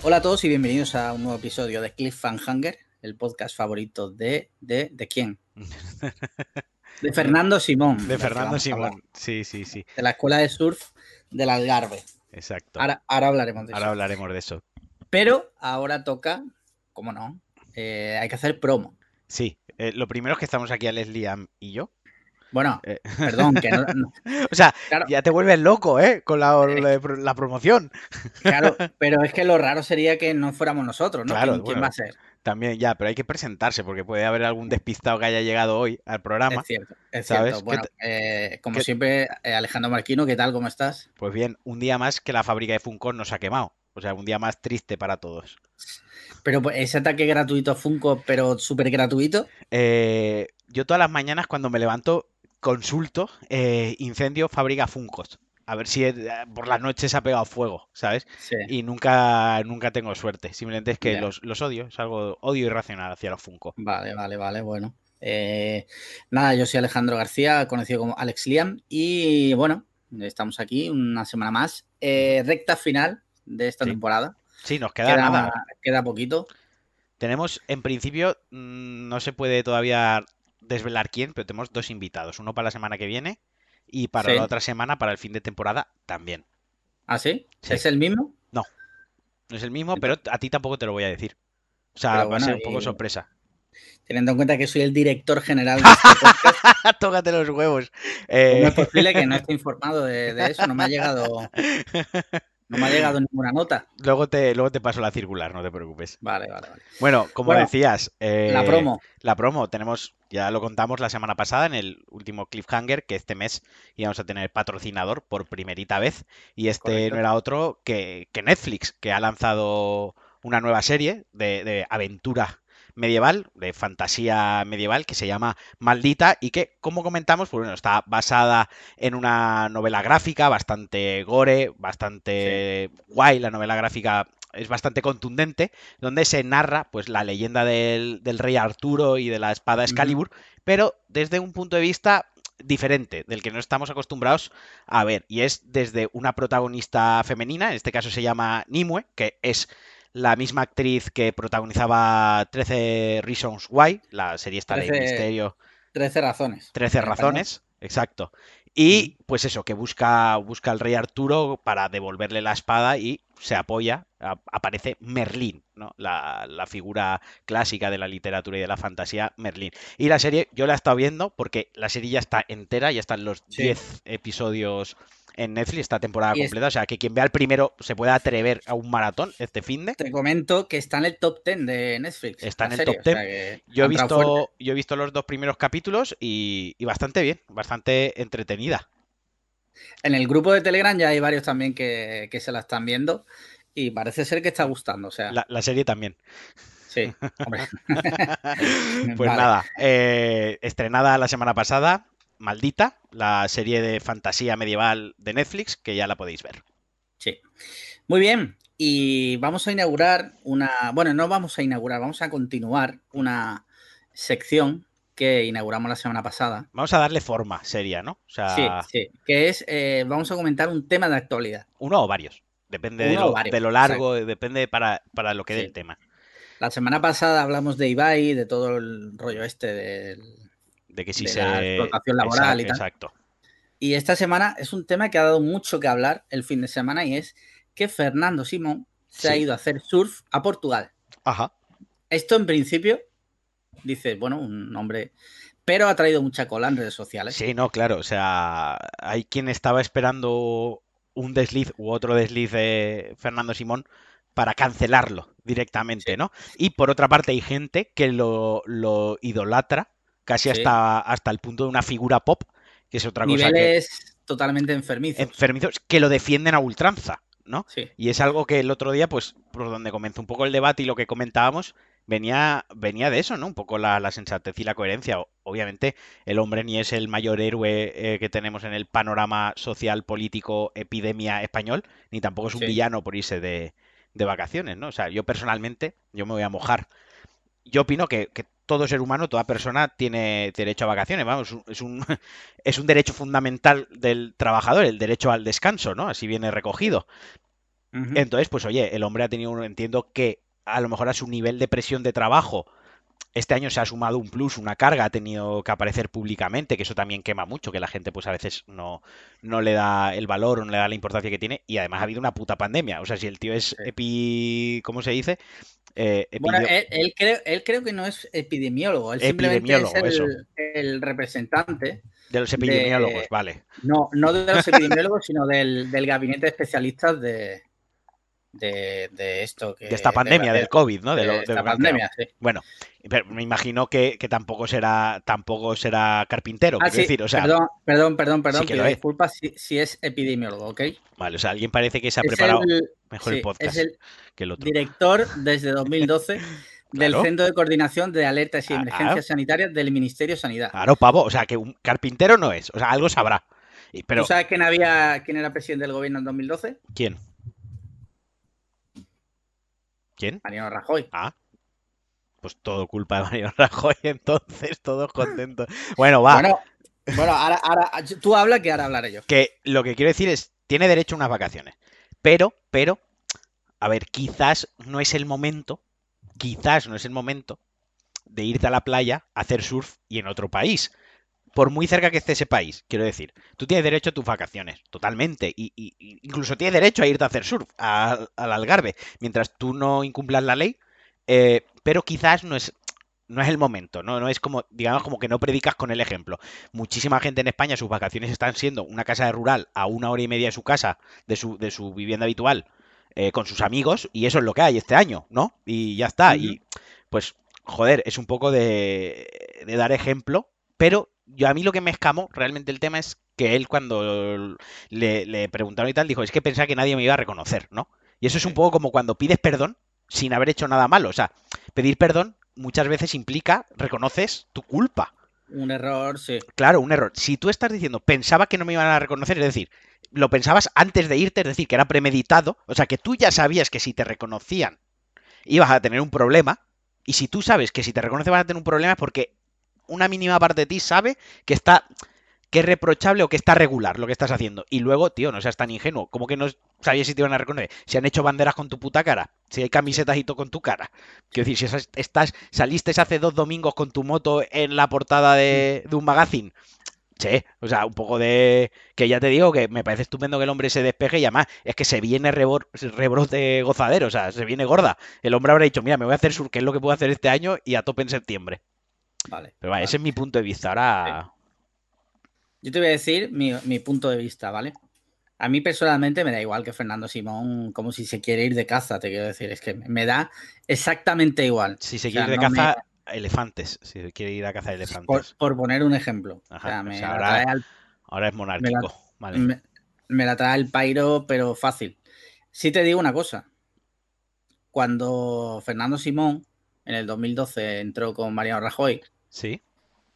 Hola a todos y bienvenidos a un nuevo episodio de Cliffhanger, el podcast favorito ¿de quién? De Fernando Simón, De del que Fernando vamos a hablar, Simón. Sí, sí, sí. de la escuela de surf del Algarve. Exacto. Ahora hablaremos de Ahora eso. hablaremos de eso. Pero ahora toca, ¿cómo no? Hay que hacer promo. Sí. Lo primero es que estamos aquí Alex, Liam y yo. Bueno, Eh, perdón, que no, o sea, claro, ya te vuelves loco, ¿eh? Con la promoción. claro, pero es que lo raro sería que no fuéramos nosotros, ¿no? Claro, ¿Quién va bueno, a ser? también ya, pero hay que presentarse porque puede haber algún despistado que haya llegado hoy al programa, Es cierto. ¿sabes? Bueno, como Que- siempre, Alejandro Marquino, ¿qué tal? ¿Cómo estás? Pues bien, un día más que la fábrica de Funko nos ha quemado. O sea, un día más triste para todos. Pero pues, ese ataque gratuito a Funko, pero súper gratuito. Yo todas las mañanas cuando me levanto consulto incendio fábrica Funkos. A ver si por las noches ha pegado fuego, ¿sabes? Sí, Y nunca tengo suerte. Simplemente es que ya. los odio. Es algo odio irracional hacia los Funko. Vale, bueno. Nada, yo soy Alejandro García, conocido como Alex Liam, y bueno, estamos aquí una semana más. Ujú. Recta final de esta Sí, temporada. sí, nos queda Queda, nada. queda poquito. Tenemos, en principio, no se puede todavía desvelar quién, pero tenemos dos invitados. Uno para la semana que viene y para la Sí. otra semana, para el fin de temporada, también. ¿Ah, sí? Sí. ¿Es el mismo? No, no es el mismo, pero Entonces, a ti tampoco te lo voy a decir. O sea, pero va a bueno, ser un poco y sorpresa. teniendo en cuenta que soy el director general de este podcast, Tócate los huevos. ¿cómo Eh, es posible que no esté informado de eso? No me ha llegado ninguna nota. luego te paso la circular, no te preocupes. Vale. Bueno, como Bueno, decías, la promo. la promo tenemos, ya lo contamos la semana pasada en el último Cliffhanger, que este mes íbamos a tener patrocinador por primerita vez, y este no Correcto. era otro que Netflix, que ha lanzado una nueva serie de aventura medieval, de fantasía medieval, que se llama Maldita, y que, como comentamos, pues bueno, está basada en una novela gráfica bastante gore, Sí. bastante guay, la novela gráfica es bastante contundente, donde se narra pues la leyenda del rey Arturo y de la espada Ujú. Excalibur, pero desde un punto de vista diferente, del que no estamos acostumbrados a ver, y es desde una protagonista femenina, en este caso se llama Nimue, que es la misma actriz que protagonizaba 13 Reasons Why, la serie esta de 13, misterio, 13 razones 13 en español. razones, exacto. Ujú. Y pues eso, que busca al rey Arturo para devolverle la espada y se apoya, aparece Merlín, ¿no? La figura clásica de la literatura y de la fantasía, Merlín. Y la serie, yo la he estado viendo porque la serie ya está entera, ya están los Sí. 10 episodios en Netflix, esta temporada Y completa. O sea, que quien vea el primero se puede atrever a un maratón este finde. te comento que está en el top 10 de Netflix, Está la en el serie. top O sea 10. que Yo ha he entrado fuerte. visto, yo he visto los dos primeros capítulos y bastante bien, bastante entretenida. En el grupo de Telegram ya hay varios también que se la están viendo y parece ser que está gustando. O sea, La serie también. sí, hombre. Pues Vale, nada, estrenada la semana pasada, Maldita, la serie de fantasía medieval de Netflix, que ya la podéis ver. sí. Muy bien. Y vamos a inaugurar bueno, no vamos a inaugurar, vamos a continuar una sección que inauguramos la semana pasada. Vamos a darle forma seria, ¿no? O Sí, sea, sí. Que es, vamos a comentar un tema de actualidad. uno o varios. Depende Uno o de varios, lo largo, exacto. depende para lo que dé el Sí. tema. La semana pasada hablamos de Ibai, de todo el rollo este De que si de se... la explotación laboral y tal. Exacto. Y esta semana es un tema que ha dado mucho que hablar el fin de semana y es que Fernando Simón se ha Sí. ido a hacer surf a Portugal. Ajá. Esto en principio, dice, bueno, un hombre, pero ha traído mucha cola en redes sociales. Sí, no, claro. O sea, hay quien estaba esperando un desliz u otro desliz de Fernando Simón para cancelarlo Sí, directamente, ¿no? Y por otra parte hay gente que lo idolatra casi sí. hasta el punto de una figura pop, que es otra cosa que Niveles totalmente enfermizos. enfermizos que lo defienden a ultranza, ¿no? Sí. Y es algo que el otro día, pues, por donde comenzó un poco el debate y lo que comentábamos, venía de eso, ¿no? Un poco la sensatez y la coherencia. Obviamente, el hombre ni es el mayor héroe que tenemos en el panorama social, político, epidemia español, ni tampoco es un Sí. villano por irse de vacaciones, ¿no? O sea, yo personalmente, yo me voy a mojar. Yo opino que todo ser humano, toda persona tiene derecho a vacaciones. Vamos, es un derecho fundamental del trabajador, el derecho al descanso, ¿no? Así viene recogido. Ujú. Entonces, pues oye, el hombre ha tenido, entiendo que a lo mejor a su nivel de presión de trabajo este año se ha sumado un plus, una carga, ha tenido que aparecer públicamente, que eso también quema mucho, que la gente pues a veces no le da el valor o no le da la importancia que tiene, y además ha habido una puta pandemia. O sea, si el tío es Sí. ¿cómo se dice? Bueno, él creo que no es epidemiólogo, él simplemente es Epidemiólogo, eso. el representante De los epidemiólogos, de, vale. no de los epidemiólogos, sino del gabinete de especialistas de esto, De esta de, pandemia, del COVID, ¿no? de De lo esta que han creado. pandemia, sí. Bueno, pero me imagino que tampoco será carpintero, Ah, quiero sí, decir, o sea, perdón, perdón, perdón, sí perdón, que lo pido es. disculpas si es epidemiólogo, ¿ok? Vale, o sea, alguien parece que se ha Es preparado el, mejor el sí, es podcast el que el otro. director desde 2012 del Claro. Centro de Coordinación de Alertas y Ah, Emergencias Sanitarias del Ministerio de Sanidad. claro, pavo. O sea, que un carpintero no es. O sea, algo sabrá. ¿Tú Pero, sabes quién era presidente del gobierno en 2012? ¿quién? ¿Quién? Mariano Rajoy. Ah, pues todo culpa de Mariano Rajoy, entonces, todos contentos. Bueno, va. Bueno, bueno, ahora tú habla que ahora hablaré yo. Que lo que quiero decir es, tiene derecho a unas vacaciones. Pero, a ver, quizás no es el momento de irte a la playa a hacer surf y en otro país. Por muy cerca que esté ese país, quiero decir, tú tienes derecho a tus vacaciones, totalmente, incluso tienes derecho a irte a hacer surf al Algarve, mientras tú no incumplas la ley, pero quizás no es el momento, ¿no? No es como, digamos, como que no predicas con el ejemplo. Muchísima gente en España, sus vacaciones están siendo una casa de rural a 1 hora y media de su casa, de su vivienda habitual, con sus amigos, y eso es lo que hay este año, ¿no? Y ya está. Ujú. Y pues, joder, es un poco de dar ejemplo, pero yo a mí lo que me escamó realmente el tema es que él cuando le preguntaron y tal, dijo, es que pensaba que nadie me iba a reconocer, ¿no? Y eso es un Sí. poco como cuando pides perdón sin haber hecho nada malo. O sea, pedir perdón muchas veces implica reconoces tu culpa. Un error, sí. Claro, un error. Si tú estás diciendo pensaba que no me iban a reconocer, es decir, lo pensabas antes de irte, es decir, que era premeditado, o sea, que tú ya sabías que si te reconocían ibas a tener un problema, y si tú sabes que si te reconocen vas a tener un problema es porque una mínima parte de ti sabe que es reprochable o que está regular lo que estás haciendo. Y luego, tío, no seas tan ingenuo. ¿Cómo que no sabías si te iban a reconocer? Si han hecho banderas con tu puta cara, si hay Sí, camisetas y todo con tu cara. Quiero decir, si saliste hace 2 domingos con tu moto en la portada de un magazine. Che, o sea, un poco de... Que ya te digo que me parece estupendo que el hombre se despeje y además es que se viene rebrote gozadero, o sea, se viene gorda. El hombre habrá dicho, mira, me voy a hacer sur, que es lo que puedo hacer este año y a tope en septiembre. vale, Pero vale, ese vale. es mi punto de vista. Sí. Ahora... Yo te voy a decir mi punto de vista, ¿vale? A mí personalmente me da igual que Fernando Simón, como si se quiere ir de caza, te quiero decir, es que me da exactamente igual. Si O se quiere sea, ir de no me, caza, elefantes. Si se quiere ir a cazar por, elefantes. por poner un ejemplo. O Ajá. sea, O sea, ahora es me la, monárquico. Vale. me, me la trae el pairo, pero fácil. Sí te digo una cosa, cuando Fernando Simón en el 2012 entró con Mariano Rajoy, Sí.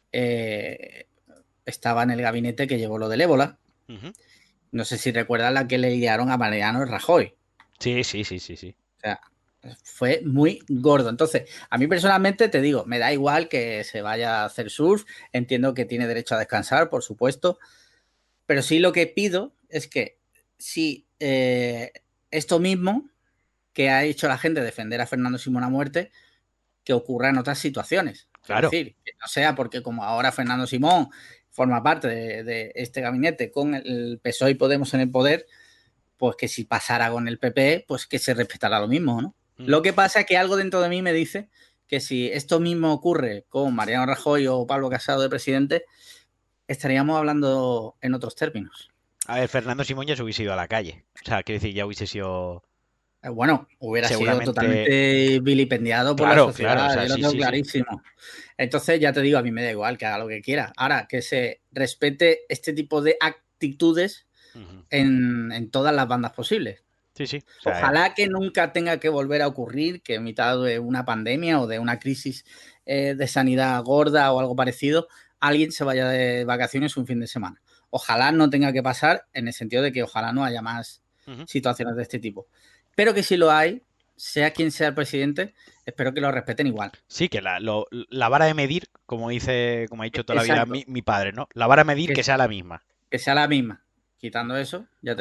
eh, estaba en el gabinete que llevó lo del ébola. Ujú. No sé si recuerdas la que le liaron a Mariano Rajoy. Sí, sí, sí, sí, sí. O sea, fue muy gordo. Entonces, a mí personalmente te digo, me da igual que se vaya a hacer surf, entiendo que tiene derecho a descansar, por supuesto, pero sí lo que pido es que si esto mismo que ha hecho la gente defender a Fernando Simón a muerte, que ocurra en otras situaciones. Quiero Claro. decir, que no sea porque como ahora Fernando Simón forma parte de este gabinete con el PSOE y Podemos en el poder, pues que si pasara con el PP, pues que se respetará lo mismo, ¿no? Ujú. Lo que pasa es que algo dentro de mí me dice que si esto mismo ocurre con Mariano Rajoy o Pablo Casado de presidente, estaríamos hablando en otros términos. A ver, Fernando Simón ya se hubiese ido a la calle. O sea, quiero decir, ya hubiese sido Bueno, hubiera sido seguramente... totalmente vilipendiado por la Claro, claro. O sociedad, sea, yo lo sí, tengo sí, sí. clarísimo. Entonces, ya te digo, a mí me da igual que haga lo que quiera. Ahora, que se respete este tipo de actitudes Ujú. en todas las bandas posibles. Sí, sí. O sea, Ojalá que nunca tenga que volver a ocurrir que en mitad de una pandemia o de una crisis de sanidad gorda o algo parecido, alguien se vaya de vacaciones un fin de semana. Ojalá no tenga que pasar en el sentido de que ojalá no haya más ujú. situaciones de este tipo. Pero que si lo hay, sea quien sea el presidente, espero que lo respeten igual. Sí, que la vara de medir, como ha dicho toda la vida Exacto. mi padre, ¿no? La vara de medir Que, que sea la misma. que sea la misma. Quitando eso, ya te A ver, digo.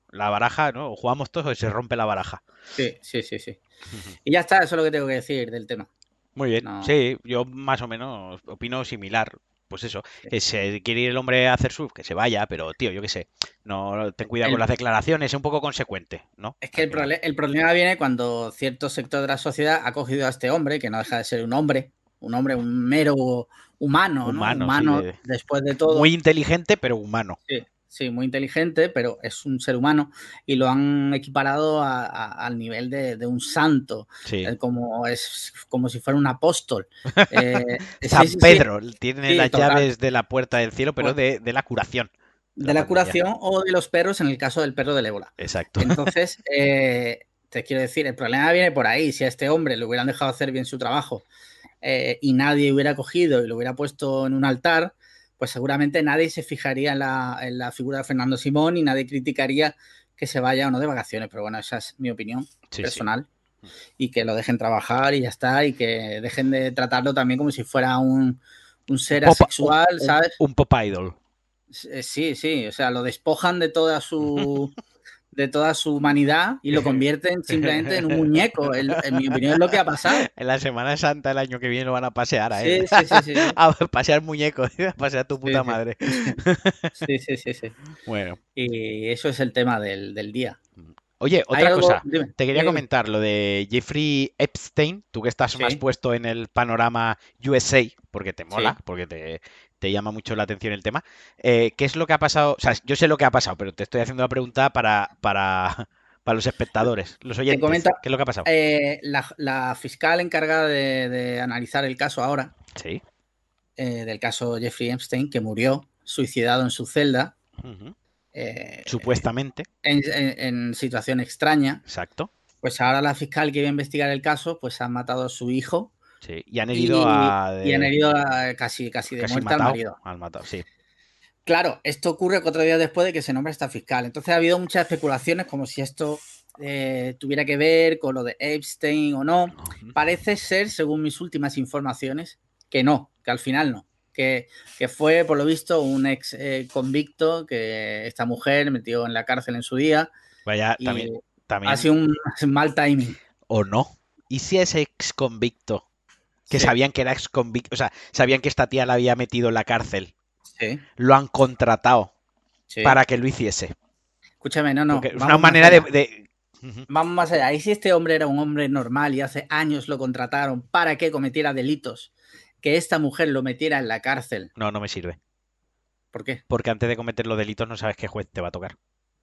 La baraja, ¿no? O jugamos todos o se rompe la baraja. Sí, sí, sí, sí. Y ya está, eso es lo que tengo que decir del tema. Muy bien, No, sí, yo más o menos opino similar. Pues eso, sí. que se quiere ir el hombre a hacer surf, que se vaya, pero tío, yo qué sé, no ten cuidado con El, las declaraciones, es un poco consecuente, ¿no? es que Al final. el problema viene cuando cierto sector de la sociedad ha cogido a este hombre, que no deja de ser un hombre, un mero humano, ¿no? Humano, sí, Humano después de muy todo. inteligente, pero humano. Sí, sí, muy inteligente, pero es un ser humano y lo han equiparado al nivel de un santo, Sí. como si fuera un apóstol. Eh, sí, San sí, sí, Pedro tiene sí, las total. llaves de la puerta del cielo, pero Pues, de la curación de la de la pandemia. curación o de los perros en el caso del perro del ébola. Exacto. Entonces, te quiero decir, el problema viene por ahí. Si a este hombre le hubieran dejado hacer bien su trabajo y nadie hubiera cogido y lo hubiera puesto en un altar, pues seguramente nadie se fijaría en la figura de Fernando Simón y nadie criticaría que se vaya o no de vacaciones. Pero bueno, esa es mi opinión Sí, sí. personal y que lo dejen trabajar y ya está y que dejen de tratarlo también como si fuera un Un ser pop, asexual, ¿sabes? un pop idol. Sí, sí, o sea, lo despojan de toda su humanidad y lo convierten simplemente en un muñeco. En mi opinión es lo que ha pasado. En la Semana Santa el año que viene lo van a pasear a él. Sí, sí, sí, sí, sí. A pasear muñecos, a pasear tu Sí, puta sí. madre. Sí, sí, sí, sí. Bueno. Y eso es el tema del día. Oye, ¿Hay otra algo? cosa. Dime, Te quería dime, dime. comentar lo de Jeffrey Epstein, tú que estás más Sí, puesto en el panorama USA, porque te mola, sí. porque te llama mucho la atención el tema. ¿Qué es lo que ha pasado? O sea, yo sé lo que ha pasado, pero te estoy haciendo la pregunta para los espectadores, los Te oyentes. comento, ¿Qué es lo que ha pasado? la fiscal encargada de analizar el caso ahora, Sí. del caso Jeffrey Epstein, que murió suicidado en su celda, Ujú. eh, Supuestamente. en situación extraña, Exacto. pues ahora la fiscal que iba a investigar el caso, pues ha matado a su hijo Sí. Y han herido a... y han herido casi, casi de casi muerte al matado. marido. Al matado, sí. Claro, esto ocurre 4 días después de que se nombre esta fiscal. Entonces ha habido muchas especulaciones como si esto tuviera que ver con lo de Epstein o no. Ujú. Parece ser, según mis últimas informaciones, que no, que al final no. Que fue, por lo visto, un ex convicto que esta mujer metió en la cárcel en su día Vaya, y ha también, sido un mal timing. o no. ¿Y si es ex convicto? Que Sí, sabían que era ex convicto, o sea, sabían que esta tía la había metido en la cárcel. sí, Lo han contratado sí. para que lo hiciese. Escúchame, no, no, Porque es una vamos más manera allá. Ujú. Vamos más allá. Y si este hombre era un hombre normal y hace años lo contrataron para que cometiera delitos, que esta mujer lo metiera en la cárcel. No, no me sirve. ¿Por qué? Porque antes de cometer los delitos no sabes qué juez te va a tocar.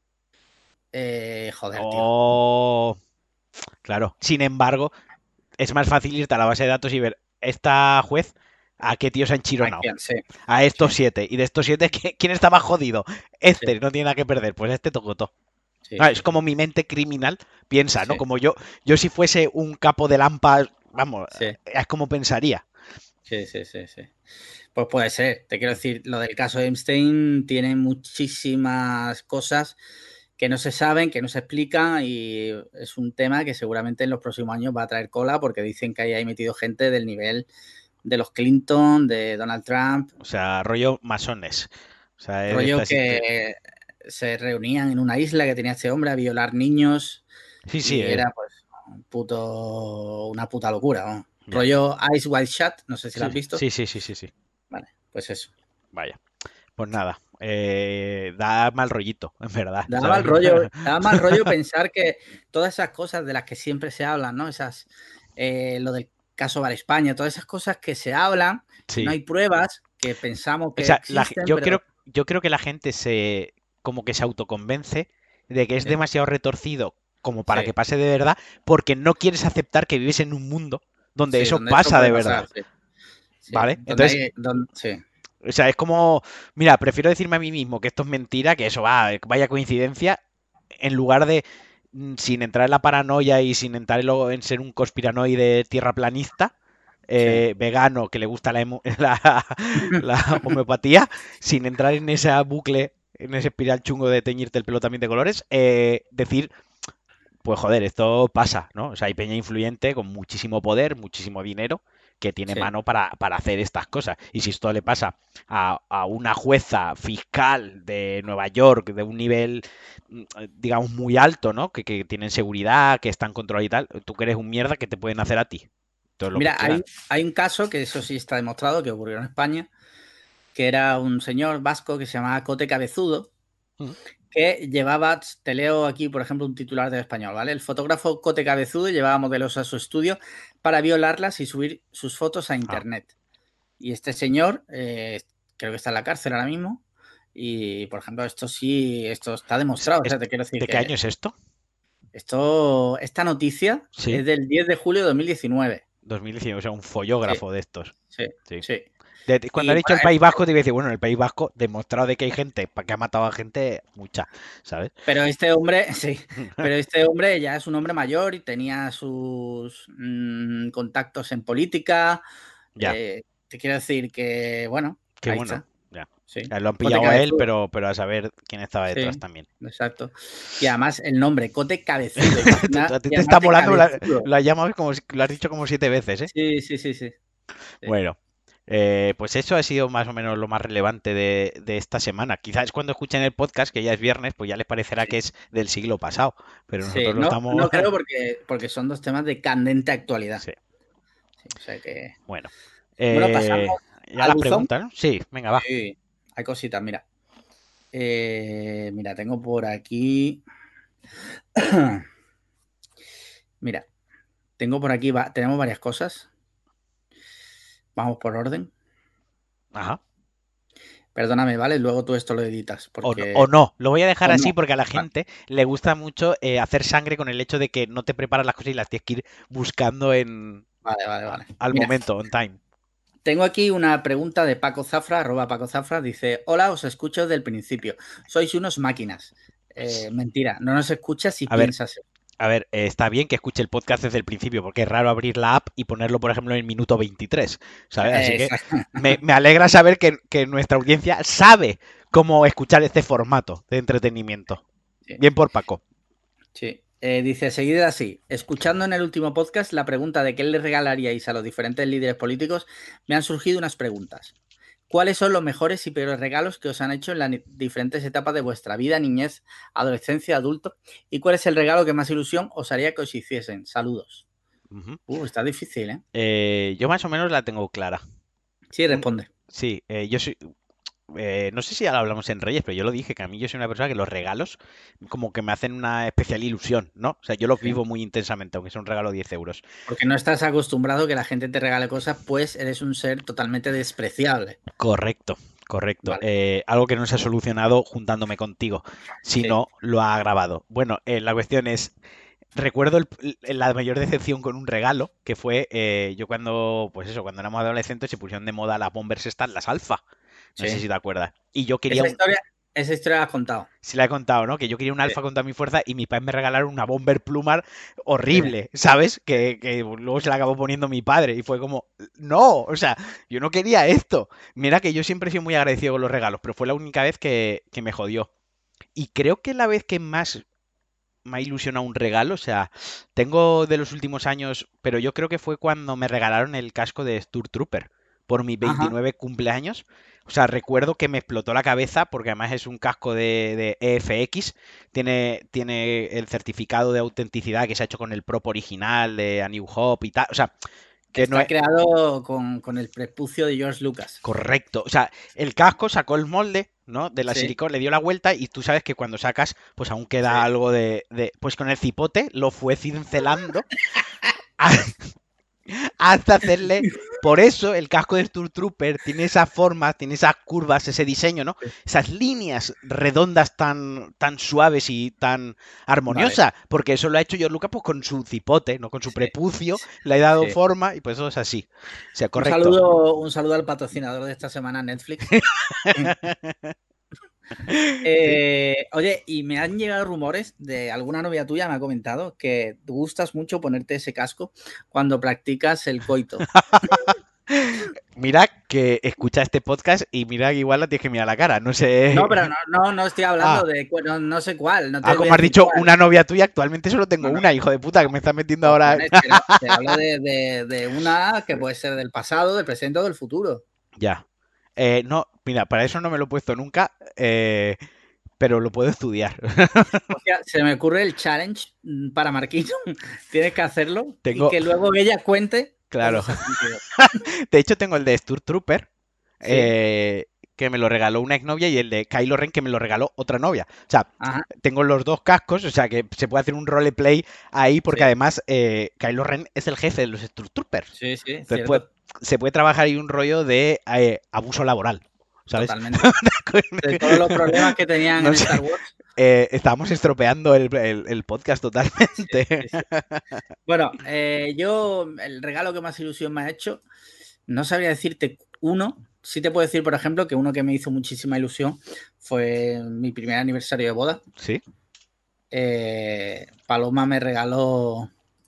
Joder, tío. Oh, claro. Sin embargo, es más fácil irte a la base de datos y ver esta juez a qué tíos han ¿A chironado. quién? Sí, A estos sí, 7. Y de estos 7, ¿quién está más jodido? sí, Este, no tiene nada que perder. Pues este tocó todo. sí, Ah, es sí, como sí, mi mente criminal piensa, ¿no? sí, Como yo si fuese un capo de Lampa, vamos, sí, es como pensaría. sí, sí, sí, sí. Pues puede ser. Te quiero decir, lo del caso de Epstein tiene muchísimas cosas que no se saben, que no se explican y es un tema que seguramente en los próximos años va a traer cola porque dicen que ahí hay metido gente del nivel de los Clinton, de Donald Trump, O sea, rollo masones. O sea, es de rollo estas... que se reunían en una isla que tenía este hombre a violar niños Sí, sí, y era pues una puta locura, ¿no? ya. Rollo Ice White Shut, no sé si lo Sí, has visto. sí, sí, sí, sí, sí. Vale, pues eso. Vaya. Pues nada, da mal rollito, en verdad. ¿Sabes? Da mal rollo pensar que todas esas cosas de las que siempre se hablan, ¿no? Esas, lo del caso Bar España, todas esas cosas que se hablan, que no Sí. hay pruebas, que pensamos O que sea, existen, pero yo creo que la gente como que se autoconvence de que es sí, demasiado retorcido como para que sí, pase de verdad, porque no quieres aceptar que vives en un mundo donde sí, eso donde eso pasa puede de verdad, pasar, sí, sí, ¿vale? donde Entonces, hay, donde, sí, o sea, es como, mira, prefiero decirme a mí mismo que esto es mentira, que eso va, vaya coincidencia, en lugar de, sin entrar en la paranoia y sin entrar en ser un conspiranoide tierraplanista, sí. vegano que le gusta la homeopatía, sin entrar en ese bucle, en ese espiral chungo de teñirte el pelo también de colores, decir, pues joder, esto pasa, ¿no? O sea, hay peña influyente con muchísimo poder, muchísimo dinero, que tiene Sí. mano para hacer estas cosas. Y si esto le pasa a una jueza fiscal de Nueva York de un nivel, digamos, muy alto, ¿no? Que tienen seguridad, que están controlados y tal, tú que eres un mierda, ¿qué te pueden hacer a ti? Todo lo que Mira, quieran. hay un caso que eso sí está demostrado que ocurrió en España, que era un señor vasco que se llamaba Cote Cabezudo, Mm. que llevaba, te leo aquí, por ejemplo, un titular del Español, ¿vale? El fotógrafo Cote Cabezudo llevaba modelos a su estudio para violarlas y subir sus fotos a Ah. internet. Y este señor, creo que está en la cárcel ahora mismo. Y, por ejemplo, esto sí, esto está demostrado. O sea, te quiero decir ¿De qué año que es esto? esta noticia Sí, es del 10 de julio de 2019. 2019, o sea, un Sí, follógrafo de estos. sí, Sí. sí. Cuando Y ha dicho bueno, el País Vasco, te iba a decir, bueno, en el País Vasco, demostrado de que hay gente que ha matado a gente, mucha, ¿sabes? pero este hombre, sí, pero este hombre ya es un hombre mayor y tenía sus contactos en política. Ya, Te quiero decir que, bueno, qué ahí bueno, está. ya. Sí. Ya lo han Cote pillado a él, Cabezudo. pero a saber quién estaba detrás Sí, también. exacto. Y además el nombre, Cote Cabezudo, imagina, A ti y te además está de molando, cabezudo. lo has llamado como, lo has dicho como 7 veces, ¿eh? Sí, sí, sí, sí. Sí, Bueno, pues eso ha sido más o menos lo más relevante de esta semana. Quizás cuando escuchen el podcast, que ya es viernes, pues ya les parecerá que sí. es del siglo pasado, pero Sí, nosotros lo no, estamos... no creo porque son dos temas de candente actualidad. Sí, Sí, o sea que. bueno. Bueno, pasamos Ya al las buzón. preguntas, ¿no? Sí, venga, va. Sí, hay cositas, mira. Mira, tengo por aquí. Mira, tengo por aquí, tenemos varias cosas. Vamos por orden. Ajá. Perdóname, ¿vale? Luego tú esto lo editas, O porque. no, lo voy a dejar O así no. porque a la Vale, gente le gusta mucho hacer sangre con el hecho de que no te preparas las cosas y las tienes que ir buscando vale, vale, vale. al Mira, momento, on time. tengo aquí una pregunta de Paco Zafra, arroba Paco Zafra. Dice: Hola, os escucho desde el principio. Sois unos máquinas. Mentira, no nos escuchas si A ver, piensas. está bien que escuche el podcast desde el principio porque es raro abrir la app y ponerlo, por ejemplo, en el minuto 23, ¿sabes? Así que Exacto. me alegra saber que nuestra audiencia sabe cómo escuchar este formato de entretenimiento. Sí, Bien por Paco. sí. Dice, seguida así, escuchando en el último podcast la pregunta de qué le regalaríais a los diferentes líderes políticos, me han surgido unas preguntas. ¿Cuáles son los mejores y peores regalos que os han hecho en las diferentes etapas de vuestra vida, niñez, adolescencia, adulto? ¿Y cuál es el regalo que más ilusión os haría que os hiciesen? Saludos. Ujú. Está difícil, ¿eh? Yo más o menos la tengo clara. Sí, Un- responde. sí, yo soy, no sé si ya lo hablamos en Reyes, pero yo lo dije, que a mí yo soy una persona que los regalos como que me hacen una especial ilusión, ¿no? O sea, yo los Sí. vivo muy intensamente, aunque sea un regalo de 10 euros. Porque no estás acostumbrado que la gente te regale cosas, pues eres un ser totalmente despreciable. Correcto, correcto. Vale. Algo que no se ha solucionado juntándome contigo, Sí. sino lo ha agravado. Bueno, la cuestión es, recuerdo la mayor decepción con un regalo, que fue yo cuando, pues eso, cuando éramos adolescentes se pusieron de moda las bombers estas, las alfa. No sé Sí. si te acuerdas. Y yo quería Esa un, historia, esa historia la has contado. si la he contado, ¿no? Que yo quería un Sí, alfa con toda mi fuerza y mis padres me regalaron una bomber plumar sí. horrible, ¿sabes? Que luego se la acabó poniendo mi padre y fue como, no, o sea, yo no quería esto. Mira que yo siempre he sido muy agradecido con los regalos, pero fue la única vez que me jodió. Y creo que la vez que más me ha ilusionado un regalo, o sea, tengo de los últimos años, pero yo creo que fue cuando me regalaron el casco de Sturmtrooper por mi Ajá. 29 cumpleaños. O sea, recuerdo que me explotó la cabeza porque además es un casco de EFX, tiene el certificado de autenticidad que se ha hecho con el prop original de A New Hope y tal. O sea, que no Está es creado con el prepucio de George Lucas. correcto. O sea, el casco sacó el molde, ¿no? De la Sí, silicona, le dio la vuelta y tú sabes que cuando sacas, pues aún sí. queda algo pues con el cipote lo fue cincelando hasta hacerle. Por eso el casco del Tour Trooper tiene esas formas, tiene esas curvas, ese diseño, ¿no? Esas líneas redondas tan suaves y tan Vale, armoniosas. Porque eso lo ha hecho George Lucas pues, con su cipote, ¿no? Con su sí, prepucio, le ha dado sí. forma y pues eso es así. O sea, correcto. Un saludo al patrocinador de esta semana, Netflix. Sí. Oye, y me han llegado rumores de alguna novia tuya, me ha comentado que te gustas mucho ponerte ese casco cuando practicas el coito. Mira que escucha este podcast y mira que igual la tienes que mirar a la cara, no sé. No, pero no estoy hablando Ah, de, no sé cuál, no te voy como a has decir dicho, cuál. una novia tuya, actualmente solo tengo No, no, una, hijo de puta, que me estás metiendo ahora. cojones, te hablo de una que puede ser del pasado, del presente o del futuro. Ya. No, mira, para eso no me lo he puesto nunca, pero lo puedo estudiar. Hostia, se me ocurre el challenge para Marquito. Tienes que hacerlo y Tengo, que luego ella cuente cómo claro. se ha sentido. De hecho, tengo el de Sturmtrooper, Sí, que me lo regaló una exnovia, y el de Kylo Ren, que me lo regaló otra novia. O sea, ajá, tengo los dos cascos, o sea, que se puede hacer un roleplay ahí, porque sí, además Kylo Ren es el jefe de los Stormtroopers. sí, sí, Entonces, pues, cierto, se puede trabajar ahí un rollo de abuso laboral, ¿sabes? totalmente. De todos los problemas que tenían No en sé, Star Wars. estábamos estropeando el podcast Sí, totalmente. sí, sí. Bueno, yo el regalo que más ilusión me ha hecho, no sabría decirte uno. Sí te puedo decir, por ejemplo, que uno que me hizo muchísima ilusión fue mi primer aniversario de boda. Sí, Paloma me regaló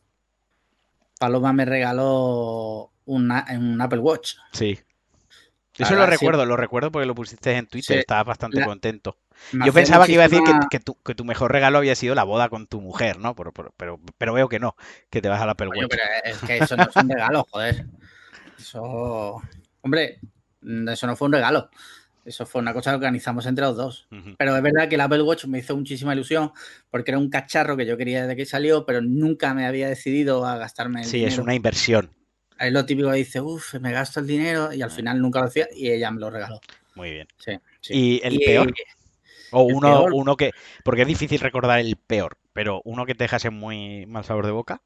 un Apple Watch. sí. La Eso verdad, siempre. lo recuerdo porque lo pusiste en Twitter, Sí, estabas bastante contento. me Yo hacía pensaba que iba a decir muchísima. que tu mejor regalo había sido la boda con tu mujer, ¿no? Pero veo que no, que te vas al Apple Coño, Watch. pero es que eso no es un regalo, joder. Eso. Hombre, eso no fue un regalo. Eso fue una cosa que organizamos entre los dos. Ujú. Pero es verdad que el Apple Watch me hizo muchísima ilusión porque era un cacharro que yo quería desde que salió, pero nunca me había decidido a gastarme el Sí, es dinero. una inversión. Es lo típico que dice, uff, me gasto el dinero y al Mm, final nunca lo hacía y ella me lo regaló. muy bien. Sí, sí. ¿Y el Y peor? O el peor, uno que... Porque es difícil recordar el peor, pero uno que te dejase muy mal sabor de boca.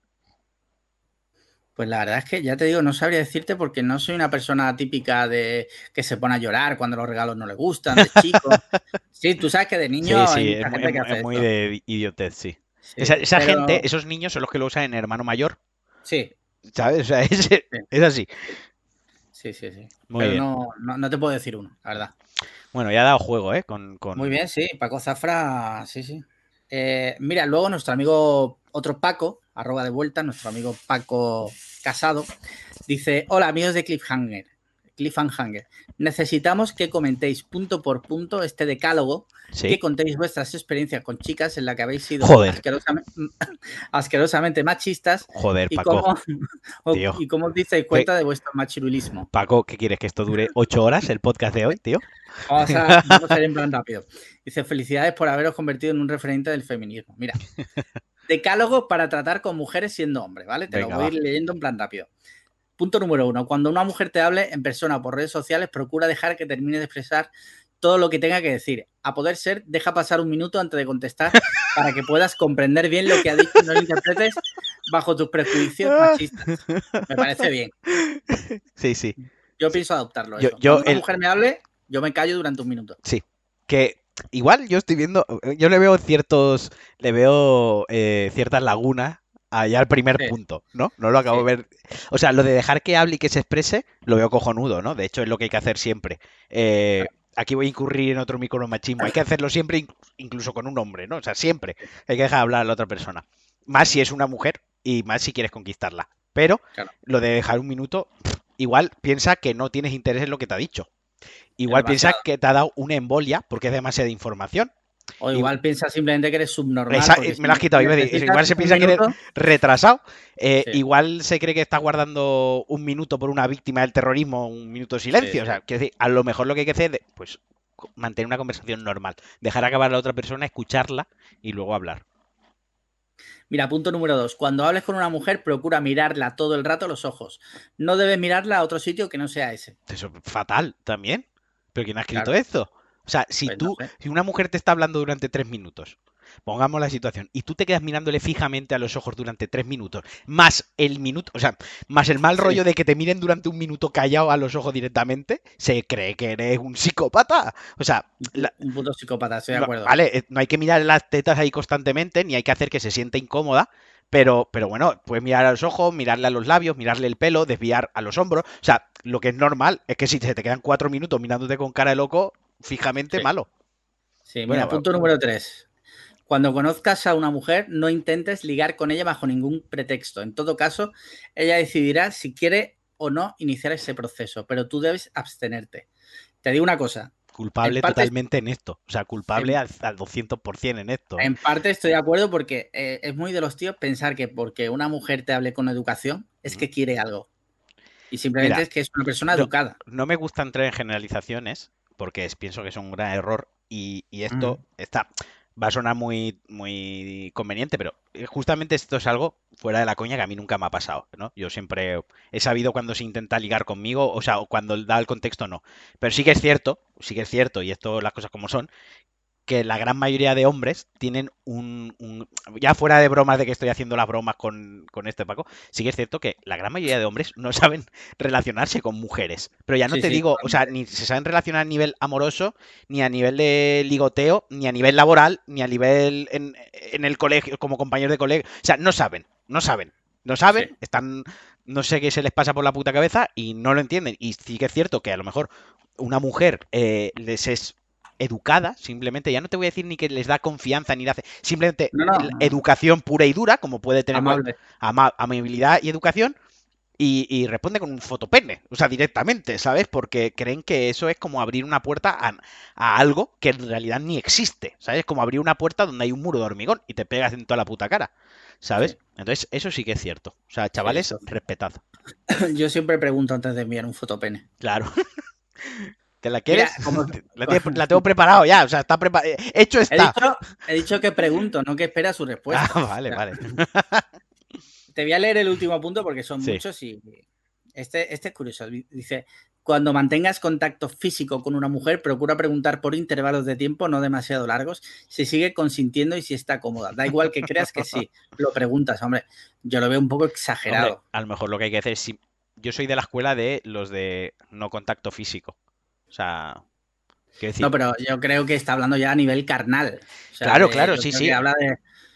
pues la verdad es que ya te digo, no sabría decirte porque no soy una persona típica de que se pone a llorar cuando los regalos no le gustan, de chico. Sí, tú sabes que de Sí, niño hay sí, mucha gente que es hace muy esto. de idiotez, sí. Sí, Esa gente, pero esos niños son los que lo usan en Hermano Mayor, sí, ¿sabes? O sea, sí, es así. sí, sí, sí. Muy Pero bien. no te puedo decir uno, la verdad. Bueno, ya ha dado juego, ¿eh? Muy bien, sí, Paco Zafra, sí, sí. Mira, luego nuestro amigo, otro Paco, arroba de vuelta, nuestro amigo Paco Casado, dice: Hola amigos de Cliffhanger. Necesitamos que comentéis punto por punto este decálogo, Sí. que contéis vuestras experiencias con chicas en la que habéis sido Joder, asquerosamente machistas joder, y Paco, cómo, tío. y cómo os disteis ¿Qué, cuenta de vuestro machirulismo. Paco, ¿qué quieres? ¿Que esto dure 8 horas el podcast de hoy, tío? Vamos a ir en plan rápido. Dice: felicidades por haberos convertido en un referente del feminismo. Mira, decálogo para tratar con mujeres siendo hombre, ¿vale? Te lo Venga, voy a ir va. leyendo en plan rápido. Punto número uno. Cuando una mujer te hable en persona o por redes sociales, procura dejar que termine de expresar todo lo que tenga que decir. A poder ser, deja pasar un minuto antes de contestar para que puedas comprender bien lo que ha dicho y no lo interpretes bajo tus prejuicios machistas. Me parece bien. Sí, sí. Yo pienso adoptarlo Yo, eso. yo, Cuando una el, mujer me hable, yo me callo durante un minuto. sí. Que igual yo estoy viendo, yo le veo ciertas lagunas allá al primer Sí, punto, ¿no? No lo acabo sí, de ver. O sea, lo de dejar que hable y que se exprese, lo veo cojonudo, ¿no? De hecho, es lo que hay que hacer siempre. claro, Aquí voy a incurrir en otro micromachismo. Hay que hacerlo siempre, incluso con un hombre, ¿no? O sea, siempre hay que dejar hablar a la otra persona. Más si es una mujer y más si quieres conquistarla. Pero claro. lo de dejar un minuto, igual piensa que no tienes interés en lo que te ha dicho. Igual piensa Demasiado. que te ha dado una embolia porque es demasiada información. O Y, igual piensa simplemente que eres subnormal, porque me si lo has quitado, iba a decir, necesitas igual se un piensa que eres minuto, retrasado, sí, igual se cree que está guardando un minuto por una víctima del terrorismo, un minuto de sí, silencio. O sí. sea, quiero decir, a lo mejor lo que hay que hacer es, pues, mantener una conversación normal, dejar acabar a la otra persona, escucharla y luego hablar. Mira, punto número dos. Cuando hables con una mujer, procura mirarla todo el rato a los ojos. No debes mirarla a otro sitio que no sea ese. Eso es fatal también. ¿Pero quién ha escrito Claro, esto? O sea, pues no sé. si una mujer te está hablando durante 3 minutos, pongamos la situación, y tú te quedas mirándole fijamente a los ojos durante 3 minutos, más el minuto, o sea, más el mal Sí, rollo de que te miren durante un minuto callado a los ojos directamente, se cree que eres un psicópata. O sea, un puto psicópata, estoy de acuerdo. vale, no hay que mirar las tetas ahí constantemente, ni hay que hacer que se sienta incómoda, pero bueno, puedes mirar a los ojos, mirarle a los labios, mirarle el pelo, desviar a los hombros. O sea, lo que es normal es que si se te quedan 4 minutos mirándote con cara de loco, fijamente Sí, malo. sí. Bueno, Mira, punto número tres. Cuando conozcas a una mujer, no intentes ligar con ella bajo ningún pretexto. En todo caso, ella decidirá si quiere o no iniciar ese proceso, pero tú debes abstenerte. Te digo una cosa, en Culpable parte, totalmente en esto. O sea, culpable en, al 200% en esto, ¿eh? en parte estoy de acuerdo porque es muy de los tíos pensar que porque una mujer te hable con educación es Ujú. que quiere algo. Y simplemente Mira, es que es una persona no, educada. no me gusta entrar en generalizaciones porque pienso que es un gran error y esto Mm. va a sonar muy, muy conveniente, pero justamente esto es algo fuera de la coña que a mí nunca me ha pasado, ¿no? Yo siempre he sabido cuando se intenta ligar conmigo, o sea, o cuando da el contexto no. Pero sí que es cierto, y esto las cosas como son, que la gran mayoría de hombres tienen ya fuera de bromas de que estoy haciendo las bromas con este Paco, sí que es cierto que la gran mayoría de hombres no saben relacionarse con mujeres. Pero ya no Sí, te sí, digo, o sea, totalmente. ni se saben relacionar a nivel amoroso, ni a nivel de ligoteo, ni a nivel laboral, ni a nivel en el colegio, como compañeros de colegio. O sea, no saben, no saben, no Sí. saben, están, no sé qué se les pasa por la puta cabeza y no lo entienden. Y sí que es cierto que a lo mejor una mujer les es educada, simplemente, ya no te voy a decir ni que les da confianza ni le hace, simplemente No, no, educación pura y dura, como puede tener amable. amabilidad y educación, y responde con un fotopene, o sea, directamente, ¿sabes? Porque creen que eso es como abrir una puerta a algo que en realidad ni existe, ¿sabes? Como abrir una puerta donde hay un muro de hormigón y te pegas en toda la puta cara, ¿sabes? Sí, Entonces, eso sí que es cierto. O sea, sí, chavales, eso. respetad. Yo siempre pregunto antes de enviar un fotopene. Claro. ¿Te la Mira, quieres? como La tengo preparado ya, o sea, está preparado. Hecho he está. dicho, he dicho que pregunto, no que espera su Ah, respuesta. O vale, sea, vale. te voy a leer el último punto porque son Sí. muchos y este es curioso. Dice, cuando mantengas contacto físico con una mujer, procura preguntar por intervalos de tiempo no demasiado largos si sigue consintiendo y si está cómoda. Da igual que creas que sí, lo preguntas, hombre. Yo lo veo un poco Hombre, exagerado. a lo mejor lo que hay que hacer es... Yo soy de la escuela de los de no contacto físico. O sea, quiero No, decir... pero yo creo que está hablando ya a nivel carnal. O sea, Claro, claro, yo sí, creo sí. que habla de...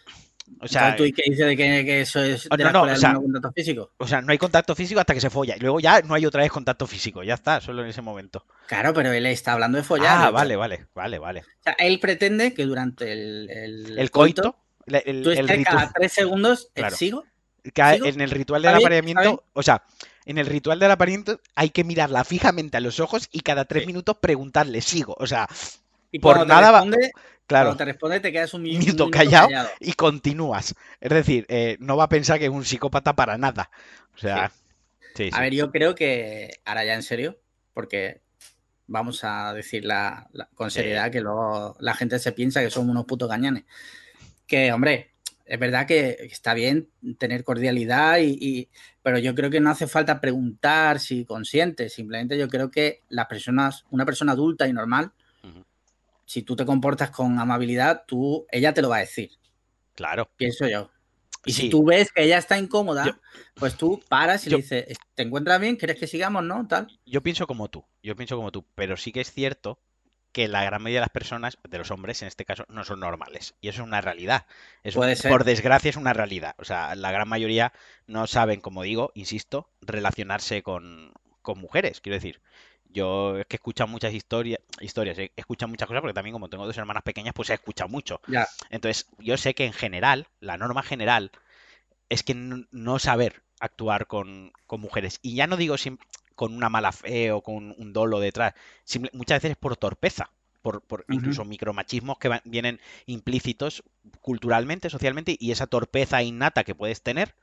O Entonces sea, tú, ¿y qué dices de que eso es de no, la no, escuela del no contacto físico? o sea, no hay contacto físico hasta que se folla. Y luego ya no hay otra vez contacto físico. Ya está, solo en ese momento. Claro, pero él está hablando de follar. Ah, Pero, vale, vale, vale, vale. o sea, él pretende que durante el El coito coito, tú el estés ritual... cada 3 segundos, Claro. ¿sigo? ¿Sigo? En el ritual del ¿Está bien? ¿Está bien? apareamiento, o sea, en el ritual del apareamiento hay que mirarla fijamente a los ojos y cada tres Sí. minutos preguntarle, sigo. O sea, Y por nada va... Claro, cuando te responde te quedas un un minuto minuto callado callado. y continúas. Es decir, no va a pensar que es un psicópata para nada. O sea, Sí. sí, A sí. ver, yo creo que, ahora ya en serio, porque vamos a decir con Sí, seriedad que luego la gente se piensa que somos unos putos gañanes. Que, hombre, es verdad que está bien tener cordialidad, pero yo creo que no hace falta preguntar si consiente. Simplemente yo creo que las personas, una persona adulta y normal, ujú, si tú te comportas con amabilidad, ella te lo va a decir, claro. pienso yo. Y si Sí, tú ves que ella está yo, incómoda, pues tú paras y le yo, dices, ¿te encuentras bien? ¿Quieres que sigamos? ¿No? Tal. yo pienso como tú, pero sí que es cierto que la gran mayoría de las personas, de los hombres en este caso, no son normales. Y eso es una realidad. Puede Por ser. desgracia es una realidad. O sea, la gran mayoría no saben, como digo, insisto, relacionarse con mujeres. Quiero decir, yo es que he escuchado muchas historias, he escuchado muchas cosas porque también como tengo dos hermanas pequeñas, pues he escuchado mucho. Ya. Entonces, yo sé que en general, la norma general es que no saber actuar con mujeres. Y ya no digo con una mala fe o con un dolo detrás, muchas veces es por torpeza, por Ujú. incluso micromachismos que vienen implícitos culturalmente, socialmente, y esa torpeza innata que puedes tener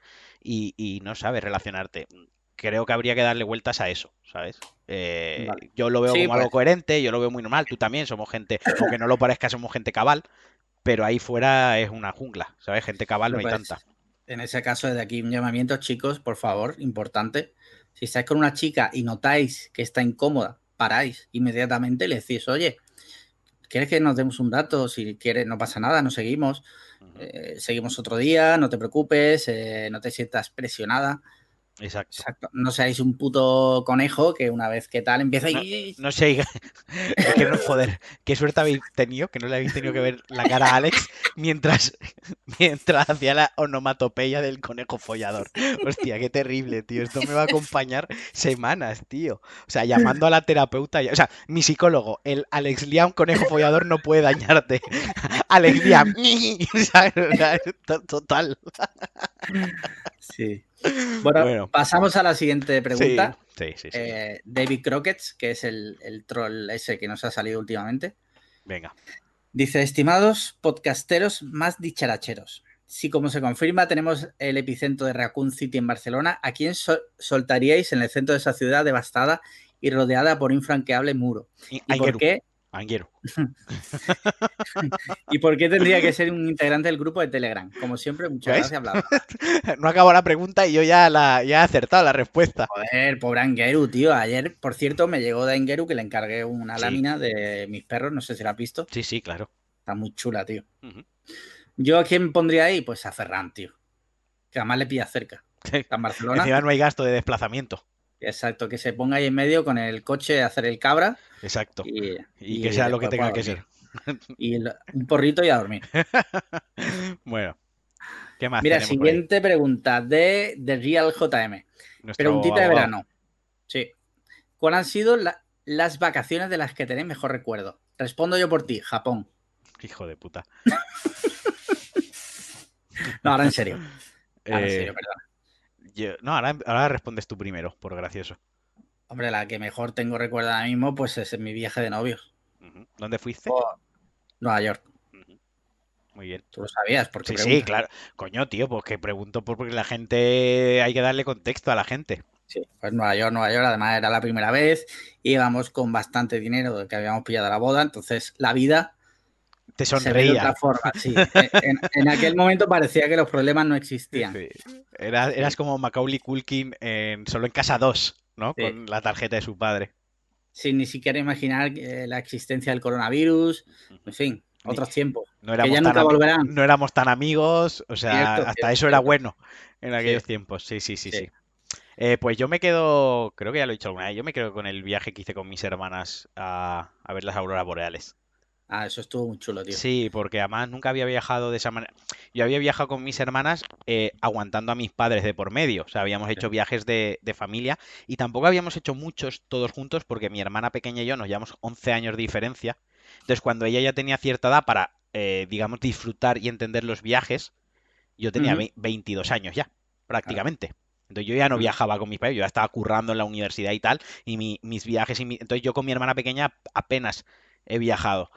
y no sabes relacionarte. Creo que habría que darle vueltas a eso, ¿sabes? Vale. Yo lo veo Sí, como pues algo coherente, yo lo veo muy normal, tú también, somos gente, aunque no lo parezca, somos gente cabal, pero ahí fuera es una jungla, ¿sabes? Gente cabal no hay pues tanta. en ese caso, desde aquí un llamamiento, chicos, por favor, importante. Si estáis con una chica y notáis que está incómoda, paráis inmediatamente y le decís, oye, ¿quieres que nos demos un dato? Si quieres, no pasa nada, nos seguimos. Ujú. Seguimos otro día, no te preocupes, no te sientas presionada. Exacto. Exacto. No seáis un puto conejo que una vez que tal empieza No, y... no sé, es que no, joder, qué suerte habéis tenido, que no le habéis tenido que ver la cara a Alex mientras, mientras hacía la onomatopeya del conejo follador. Hostia, qué terrible, tío. Esto me va a acompañar semanas, tío. O sea, llamando a la terapeuta. O sea, mi psicólogo, el Alex Liam conejo follador, no puede dañarte Alex Díaz. ¿Sabes? O sea, total. Sí. Bueno, Bueno, pasamos a la siguiente sí, pregunta. sí, sí, sí. David Crockett, que es el troll ese que nos ha salido últimamente. Venga. Dice, estimados podcasteros más dicharacheros, si como se confirma tenemos el epicentro de Raccoon City en Barcelona, ¿a quién soltaríais en el centro de esa ciudad devastada y rodeada por un infranqueable muro? ¿Y por Anguero. qué? Anguero. ¿Y por qué tendría que ser un integrante del grupo de Telegram? Como siempre, muchas ¿Ves? gracias, bla, bla, bla. No acabo la pregunta y yo ya he acertado la respuesta. Joder, pobre Angeru, tío. Ayer, por cierto, me llegó de Angeru que le encargué una Sí, lámina de mis perros, no sé si la has visto. sí, sí, claro. Está muy chula, tío. Ujú. ¿Yo a quién pondría ahí? Pues a Ferran, tío. Que además le pilla cerca. Está en Barcelona. Encima no hay gasto de desplazamiento. Exacto, que se ponga ahí en medio con el coche a hacer el cabra Exacto. y, Y que y sea lo que después pues, tenga a que dormir. ser. Y un porrito y a dormir. Bueno, ¿qué más Mira, tenemos por ahí? siguiente pregunta de Real JM. Nuestro Preguntita de abogado. verano. Sí. ¿Cuáles han sido las vacaciones de las que tenéis mejor recuerdo? Respondo yo por ti, Japón. Hijo de puta. No, ahora en serio. Ahora en Eh, serio, perdón. no, ahora respondes tú primero, por gracioso. Hombre, la que mejor tengo recuerdo ahora mismo, pues es mi viaje de novios. Ujú. ¿Dónde fuiste? Por Nueva York. Ujú. Muy bien. Tú lo sabías, ¿por qué Sí, sí, preguntas? claro. Coño, tío, pues que pregunto porque la gente hay que darle contexto a la gente. Sí, pues Nueva York, Nueva York, además era la primera vez, íbamos con bastante dinero que habíamos pillado a la boda, entonces la vida Te se ve de sonreía. otra forma, sí. En aquel momento parecía que los problemas no existían. Sí. Eras Sí, como Macaulay Culkin solo en casa 2, ¿no? sí. Con la tarjeta de su padre. Sin ni siquiera imaginar la existencia del coronavirus, en Ujú. fin, Ni- otros tiempos, no que ya éramos tan nunca volverán. no éramos tan amigos, o sea, Cierto, hasta cierto, eso era cierto. bueno en Sí, aquellos tiempos. Sí, sí, sí, sí. sí. Pues yo me quedo, creo que ya lo he dicho alguna vez, yo me quedo con el viaje que hice con mis hermanas a ver las auroras boreales. Ah, eso estuvo muy chulo, tío. Sí, porque además nunca había viajado de esa manera. Yo había viajado con mis hermanas aguantando a mis padres de por medio. O sea, habíamos Sí. hecho viajes de familia y tampoco habíamos hecho muchos todos juntos porque mi hermana pequeña y yo nos llevamos 11 años de diferencia. Entonces, cuando ella ya tenía cierta edad para, digamos, disfrutar y entender los viajes, yo tenía Ujú, 22 años ya, claro. prácticamente. Entonces yo ya no Ujú. viajaba con mis padres, yo ya estaba currando en la universidad y tal, y mis viajes, entonces yo con mi hermana pequeña apenas he viajado.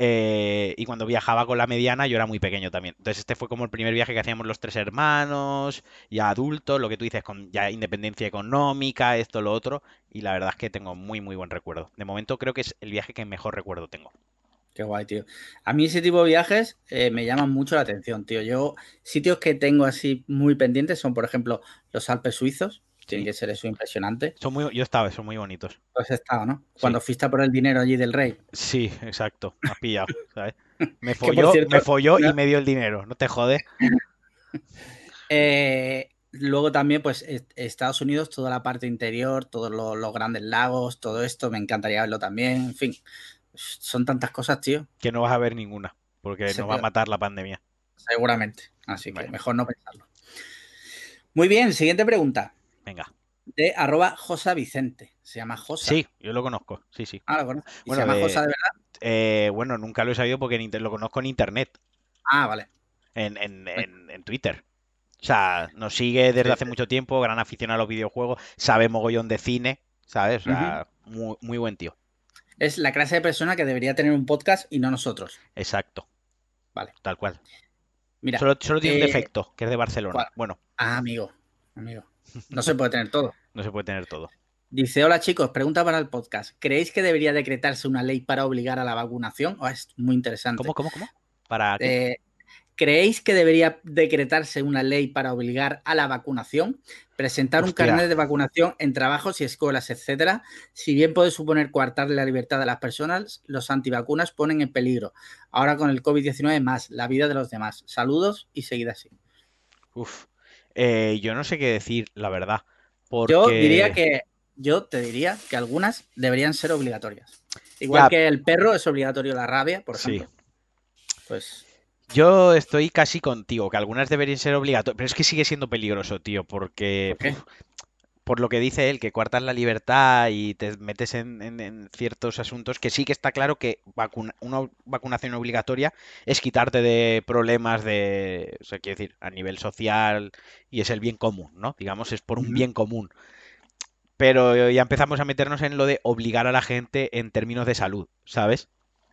Y cuando viajaba con la mediana yo era muy pequeño también. Entonces este fue como el primer viaje que hacíamos los tres hermanos, ya adultos, lo que tú dices, con ya independencia económica, esto, lo otro, y la verdad es que tengo muy, muy buen recuerdo. De momento creo que es el viaje que mejor recuerdo tengo. Qué guay, tío. A mí ese tipo de viajes me llaman mucho la atención, tío. Yo, sitios que tengo así muy pendientes son, por ejemplo, los Alpes suizos. Tiene Sí, que ser eso impresionante. yo estaba, son muy bonitos. Tú has estado, ¿no? Sí. Cuando fuiste a por el dinero allí del rey. Sí, exacto, me has pillado, ¿sabes? Que por Me cierto, folló no, y me dio el dinero, no te jode. luego también, pues, Estados Unidos, toda la parte interior, todos los grandes lagos, todo esto, me encantaría verlo también. En fin, son tantas cosas, tío. Que no vas a ver ninguna, porque nos va a Se- matar la pandemia. Seguramente. Así que Bueno, mejor no pensarlo. Muy bien, siguiente pregunta. venga. De @Josa Vicente. Se llama Josa. Sí, yo lo conozco, sí, sí. Ah, lo conozco. ¿Y se Bueno, llama Josa de verdad? bueno, nunca lo he sabido porque lo conozco en internet, Ah, vale. en Twitter. O sea, nos sigue desde Sí, hace sí, mucho tiempo, gran aficionado a los videojuegos, sabe mogollón de cine, ¿sabes? O sí. Ujú. sea, muy, muy buen tío. Es la clase de persona que debería tener un podcast y no nosotros. Exacto, Vale. tal cual. Mira, Solo tiene un defecto, que es de ¿cuál? Barcelona. Bueno, Ah, amigo. Amigo. No se puede tener todo. no se puede tener todo. Dice, hola chicos, pregunta para el podcast. ¿Creéis que debería decretarse una ley para obligar a la vacunación? Oh, es muy ¿Cómo, interesante. cómo, cómo? ¿Para qué? Eh, ¿Creéis que debería decretarse una ley para obligar a la vacunación? Presentar un Hostia, carnet de vacunación en trabajos y escuelas, etcétera. Si bien puede suponer coartarle la libertad de las personas, los antivacunas ponen en peligro. Ahora con el COVID-19 más, la vida de los demás. Saludos y seguid así. uf. Yo no sé qué decir, la verdad. Yo diría Porque. que, yo te diría que algunas deberían ser obligatorias. Igual Ya, que el perro es obligatorio la rabia, por sí. ejemplo. Pues Yo estoy casi contigo, que algunas deberían ser obligatorias. Pero es que sigue siendo peligroso, tío. Porque. ¿por qué? por lo que dice él, que coartas la libertad y te metes en ciertos asuntos, que sí que está claro que una vacunación obligatoria es quitarte de problemas de, o sea, quiero decir, a nivel social y es el bien común, ¿no? Digamos, es por un Ujú. bien común. Pero ya empezamos a meternos en lo de obligar a la gente en términos de salud, ¿sabes?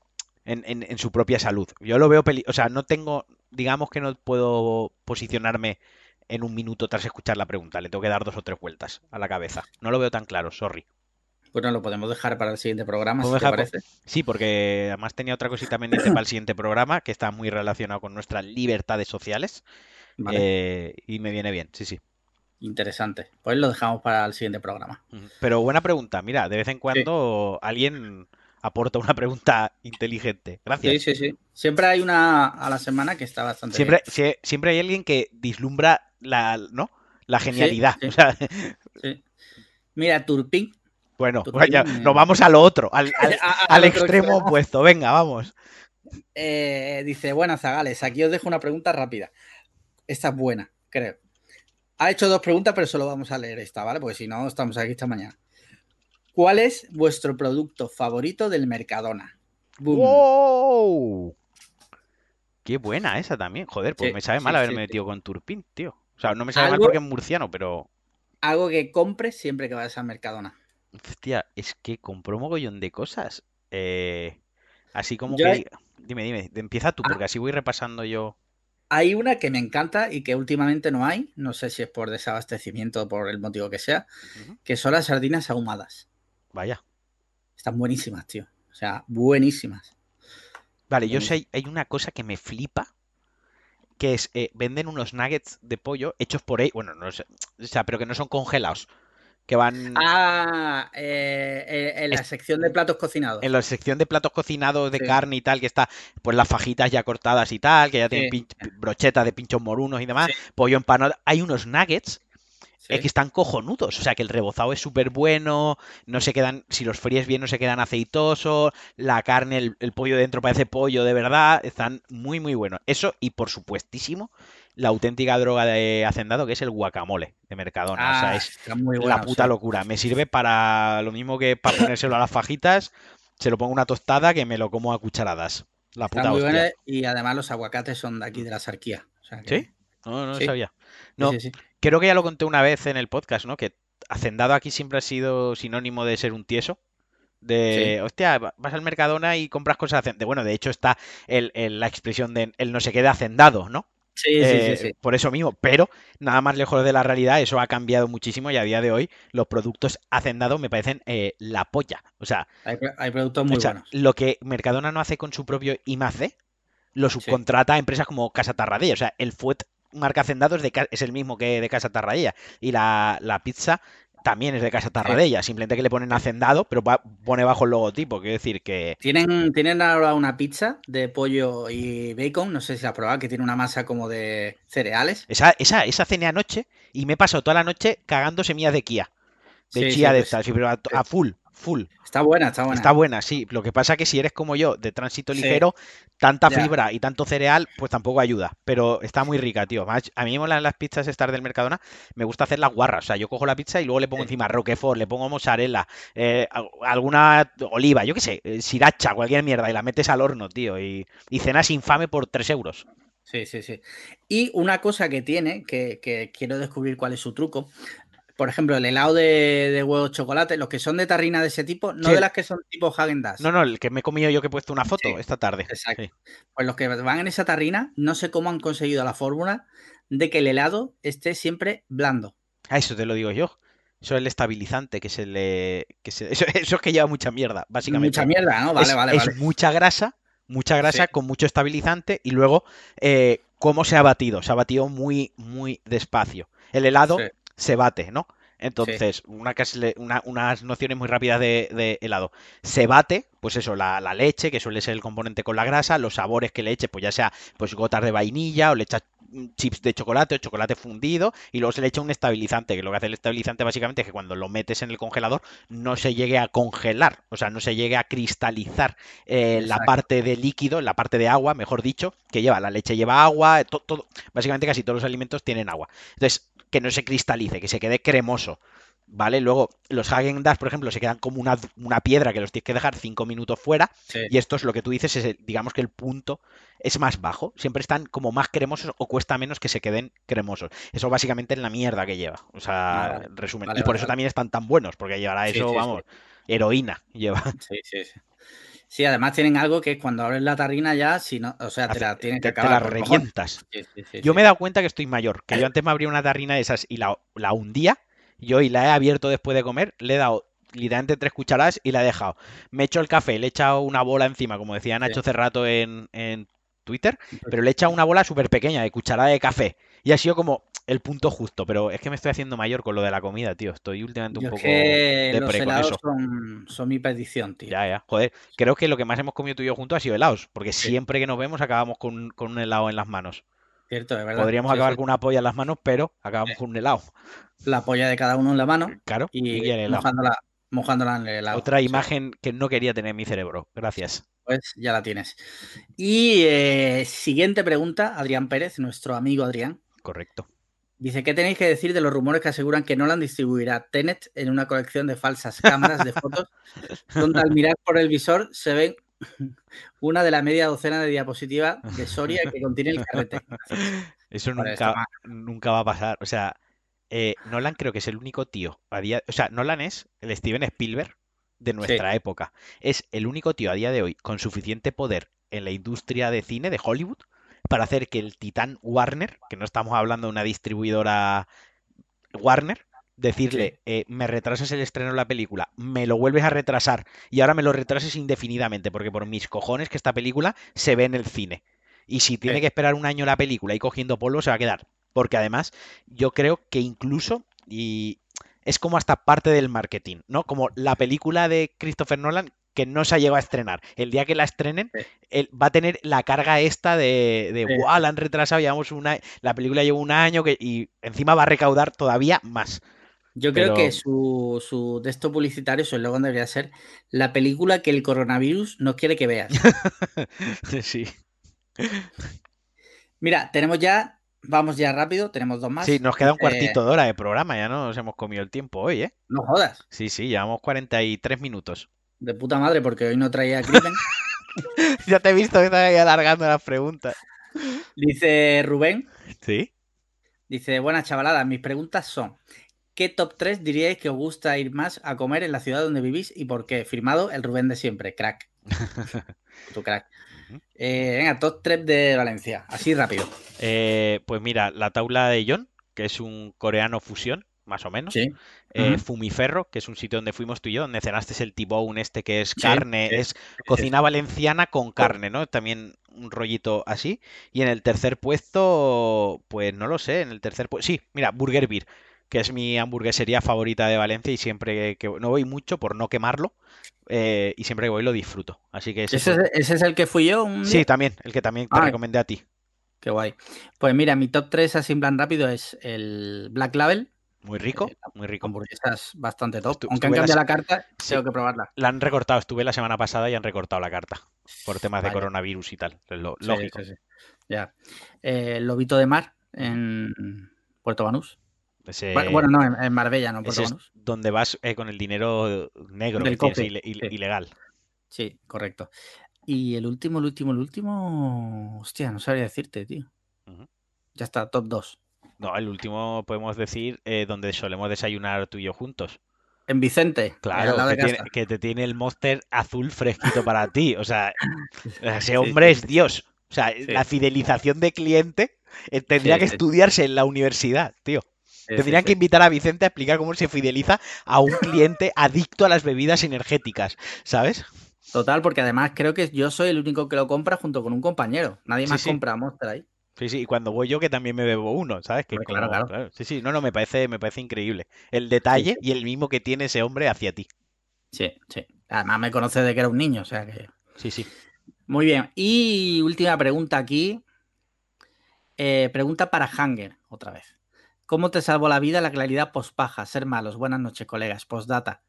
En su propia salud. Yo lo veo, o sea, no tengo, digamos que no puedo posicionarme en un minuto tras escuchar la pregunta. Le tengo que dar 2 o 3 vueltas a la cabeza. No lo veo tan claro, sorry. Bueno, lo podemos dejar para el siguiente programa, ¿Puedo si te dejar parece. Sí, porque además tenía otra cosita pendiente para el siguiente programa que está muy relacionado con nuestras libertades sociales Vale, y me viene bien, sí, sí. interesante. Pues lo dejamos para el siguiente programa. Ujú. Pero buena pregunta. Mira, de vez en Sí, cuando alguien aporta una pregunta inteligente. sí, Gracias. sí, sí. Siempre hay una a la semana que está bastante bien. Siempre hay alguien que vislumbra ¿no? La Sí, genialidad. O sí, sea, sí. Mira, Turpin, bueno, vaya, Turpin, nos vamos a lo otro, al al otro extremo extremo, opuesto. Venga, vamos. dice, buenas Zagales, aquí os dejo una pregunta rápida. Esta es buena, creo. Ha hecho dos preguntas, pero solo vamos a leer esta, ¿vale? Porque si no, estamos aquí esta mañana. ¿Cuál es vuestro producto favorito del Mercadona? Boom. ¡Wow! Qué buena esa también. Joder, pues Sí, me sabe mal sí, haberme sí, sí. metido con Turpin, tío. O sea, no me sabe mal Algo, porque es murciano, pero... algo que compres siempre que vayas al Mercadona. Hostia, es que compró mogollón de cosas. Así como Yo que hay, diga... Dime, dime, empieza tú, porque así voy repasando yo. hay una que me encanta y que últimamente no hay, no sé si es por desabastecimiento o por el motivo que sea, Ujú. que son las sardinas ahumadas. Vaya. Están buenísimas, tío. O sea, buenísimas. Vale, yo Buenísimas. sé, hay una cosa que me flipa, que es, venden unos nuggets de pollo hechos por ahí, bueno, no sé, o sea, pero que no son congelados, que van Ah, en la es- sección de platos en cocinados. la sección de platos cocinados de Sí, carne y tal, que está, pues las fajitas ya cortadas y tal, que ya tienen sí, brochetas de pinchos morunos y demás, sí, pollo empanado, hay unos nuggets que sí. están cojonudos, o sea que el rebozado es súper bueno, no se quedan, si los fríes bien no se quedan aceitosos, la carne, el pollo dentro parece pollo de verdad, están muy muy buenos. Eso y por supuestísimo la auténtica droga de Hacendado que es el guacamole de Mercadona, o sea, Ah, es están muy la buenos, puta sí. locura. Me sirve para lo mismo que para ponérselo a las fajitas, se lo pongo una tostada que me lo como a cucharadas. La Están puta muy hostia. buenos y además los aguacates son de aquí, Mm. de la Sarquía. O sea ¿Sí? que No, no lo sí, sabía. sí, No, sí, sí. creo que ya lo conté una vez en el podcast, ¿no? Que Hacendado aquí siempre ha sido sinónimo de ser un tieso. Sí, De, hostia, vas al Mercadona y compras cosas de bueno, de hecho está la expresión de el no se quede hacendado, ¿no? sí, sí, sí, sí. Por eso mismo, pero nada más lejos de la realidad, eso ha cambiado muchísimo y a día de hoy los productos hacendados me parecen la polla. Hay productos O muy sea, buenos. lo que Mercadona no hace con su propio I+D, lo Sí. subcontrata a empresas como Casa Tarradella. O sea, el Fuet marca Hacendado es el mismo que de Casa Tarradella. Y la pizza también es de Casa Sí, Tarradella. Simplemente que le ponen sí. Hacendado, pero pone bajo el logotipo. Quiero decir que Tienen ahora una pizza de pollo y bacon, no sé si la has probado, que tiene una masa como de cereales. esa cené anoche y me he pasado toda la noche cagando semillas de Kia. De Sí, chía sí, de pues estas, sí, pero a full, full. está buena, está Está buena. buena, sí. Lo que pasa es que si eres como yo, de tránsito Sí, ligero, tanta ya. fibra y tanto cereal, pues tampoco ayuda. Pero está muy rica, tío. A mí me molan las pizzas estas del Mercadona. Me gusta hacer las guarras. O sea, yo cojo la pizza y luego le pongo Sí, encima roquefort, le pongo mozzarella, alguna oliva, yo qué sé, sriracha, cualquier mierda, y la metes al horno, tío. Y cenas infame por 3 euros. sí, sí, sí. Y una cosa que tiene, que quiero descubrir cuál es su truco. Por ejemplo, el helado de huevo de chocolate, los que son de tarrina de ese tipo, Sí, no de las que son tipo Häagen-Dazs. no, el que me he comido yo que he puesto una Sí, foto esta tarde. exacto. Sí. Pues los que van en esa tarrina, no sé cómo han conseguido la fórmula de que el helado esté siempre blando. Ah, eso te lo digo yo. Eso es el estabilizante que se le. Eso es que lleva mucha mierda, Mucha básicamente. mierda, ¿no? Vale, vale, Es vale. mucha Sí, grasa con mucho estabilizante y luego cómo se ha batido. Se ha batido muy, muy despacio. El helado sí, se bate, ¿no? sí. Entonces, unas nociones muy rápidas de helado. Se bate, pues eso, la leche, que suele ser el componente con la grasa, los sabores que le eches, pues ya sea pues gotas de vainilla o le echas chips de chocolate o chocolate fundido y luego se le echa un estabilizante, que lo que hace el estabilizante básicamente es que cuando lo metes en el congelador no se llegue a congelar, o sea, no se llegue a cristalizar la Exacto. parte de líquido, la parte de agua, mejor dicho, que lleva. La leche lleva agua, todo, básicamente casi todos los alimentos tienen agua. Entonces, que no se cristalice, que se quede cremoso. ¿vale? Luego, los Häagen-Dazs, por ejemplo, se quedan como una piedra que los tienes que dejar 5 minutos fuera. Sí. Y esto es lo que tú dices, digamos que el punto es más bajo. Siempre están como más cremosos o cuesta menos que se queden cremosos. Eso básicamente es la mierda que lleva. O Vale, sea, vale. resumen. Y Vale, por vale, eso vale. también están tan buenos, porque llevará Sí, eso, sí, sí. vamos, heroína lleva. Sí, sí, sí. Sí, además tienen algo que es cuando abres la tarrina ya, si no, o sea, te la tienes que Te la acabar por cojones. revientas. Sí, sí, sí, Yo sí. me he dado cuenta que estoy mayor, que yo antes me abría una tarrina de esas y la hundía, yo y la he abierto después de comer, le he dado literalmente 3 cucharadas y la he dejado. Me he hecho el café, le he echado una bola encima, como decía Sí. Nacho Cerrato en Twitter, pero le he Entonces, echado una bola súper pequeña de cucharada de café. Y ha sido como el punto justo, pero es que me estoy haciendo mayor con lo de la comida, tío. Estoy últimamente un yo es poco que los depre con helados eso. son mi perdición, tío. Ya, ya. Joder, creo que lo que más hemos comido tú y yo juntos ha sido helados, porque Sí, siempre que nos vemos acabamos con un helado en las manos. cierto, es verdad. Podríamos Sí, acabar sí. con una polla en las manos, pero acabamos con un helado. La polla de cada uno en la mano Claro, y y el helado. mojándola en el helado. Otra Sí, imagen que no quería tener en mi cerebro. Gracias. pues ya la tienes. Y siguiente pregunta, Adrián Pérez, nuestro amigo Adrián. Correcto. Dice, ¿qué tenéis que decir de los rumores que aseguran que Nolan distribuirá Tenet en una colección de falsas cámaras de fotos donde al mirar por el visor se ven una de la media docena de diapositivas de Soria que contiene el carrete? Gracias. Eso Por esto nunca, más. nunca va a pasar. O sea, Nolan creo que es el único tío a día. O sea, Nolan es el Steven Spielberg de Sí, nuestra época. Es el único tío a día de hoy con suficiente poder en la industria de cine de Hollywood para hacer que el titán Warner, que no estamos hablando de una distribuidora Warner, sí. decirle, me retrasas el estreno de la película, me lo vuelves a retrasar y ahora me lo retrases indefinidamente, porque por mis cojones que esta película se ve en el cine. Y si tiene que esperar un año la película y cogiendo polvo, se va a quedar. Porque además, yo creo que incluso, y es como hasta parte del marketing, ¿no? Como la película de Christopher Nolan que no se ha llegado a estrenar. El día que la estrenen, Sí, él va a tener la carga esta de sí, ¡guau! sí. La han retrasado, llevamos la película lleva un año y encima va a recaudar todavía más. Yo creo que Pero su texto publicitario, su eslogan debería ser la película que el coronavirus no quiere que veas. sí. Mira, vamos ya rápido, tenemos dos Sí, más. nos queda un Dice, cuartito de hora de programa, ya no nos hemos comido el tiempo hoy, ¿eh? no jodas, Sí, sí, llevamos 43 minutos. de puta madre, porque hoy no traía crimen. Ya te he visto que estás ahí alargando las preguntas. Dice Rubén, ¿Sí? dice, buenas chavaladas, mis preguntas son, ¿qué top 3 diríais que os gusta ir más a comer en la ciudad donde vivís y por qué? Firmado el Rubén de siempre, crack, tu crack. Ujú. Venga, top 3 de Valencia, así rápido. Pues mira, la taula de John, que es un coreano fusión, más o menos. Sí. Ujú. Fumiferro, que es un sitio donde fuimos tú y yo, donde cenaste el T-bone este que es Sí, carne, sí, es sí, sí. cocina valenciana con carne, ¿no? También un rollito así. Y en el tercer puesto, pues no lo sé, en el tercer puesto, sí, mira, Burger Beer, que es mi hamburguesería favorita de Valencia y siempre que no voy mucho por no quemarlo, y siempre que voy lo disfruto. Así que ese fue. Ese es el que fui yo un Sí, día? también, el que también te Ah, recomendé a ti. qué guay. Pues mira, mi top 3 así en plan rápido es el Black Label. Muy rico, La muy rico. hamburguesa es bastante top. Aunque han Estuve cambiado la carta, sí, tengo que probarla. la han recortado, estuve la semana pasada y han recortado la carta por temas de Vaya, coronavirus y tal, es sí, lógico. sí, sí. Ya. El Lobito de Mar Ujú. en Puerto Banús. Bueno, Ese, no, en Marbella, no en Puerto ese es Banús. donde vas con el dinero negro que Del tienes cofe. Sí, ilegal. sí, correcto. Y el último. Hostia, no sabría decirte, tío. Ujú. Ya está, top 2. No, el último podemos decir donde solemos desayunar tú y yo juntos. En Vicente, al Claro, lado de casa. que te tiene el Monster azul fresquito para ti. O sea, ese Sí, hombre sí, es Dios. O sea, sí, la fidelización de cliente tendría sí, que sí, estudiarse en la universidad, tío. sí, sí, Tendrían que sí. invitar a Vicente a explicar cómo se fideliza a un cliente adicto a las bebidas energéticas, ¿sabes? Total, porque además creo que yo soy el único que lo compra junto con un compañero. Nadie Sí, más sí. compra Monster ahí. Sí, sí, y cuando voy yo que también me bebo uno, ¿sabes? Que es Hombre, claro, como, claro. claro, sí, sí, no, no, me parece increíble. El Sí, detalle sí, y el mismo que tiene ese hombre hacia ti. sí, sí. Además me conoce de que era un niño, o sea que. Sí, sí. Muy bien. Y última pregunta aquí. Pregunta para Hanger, otra vez. ¿Cómo te salvó la vida la claridad pospaja? Ser malos. Buenas noches, colegas. Postdata.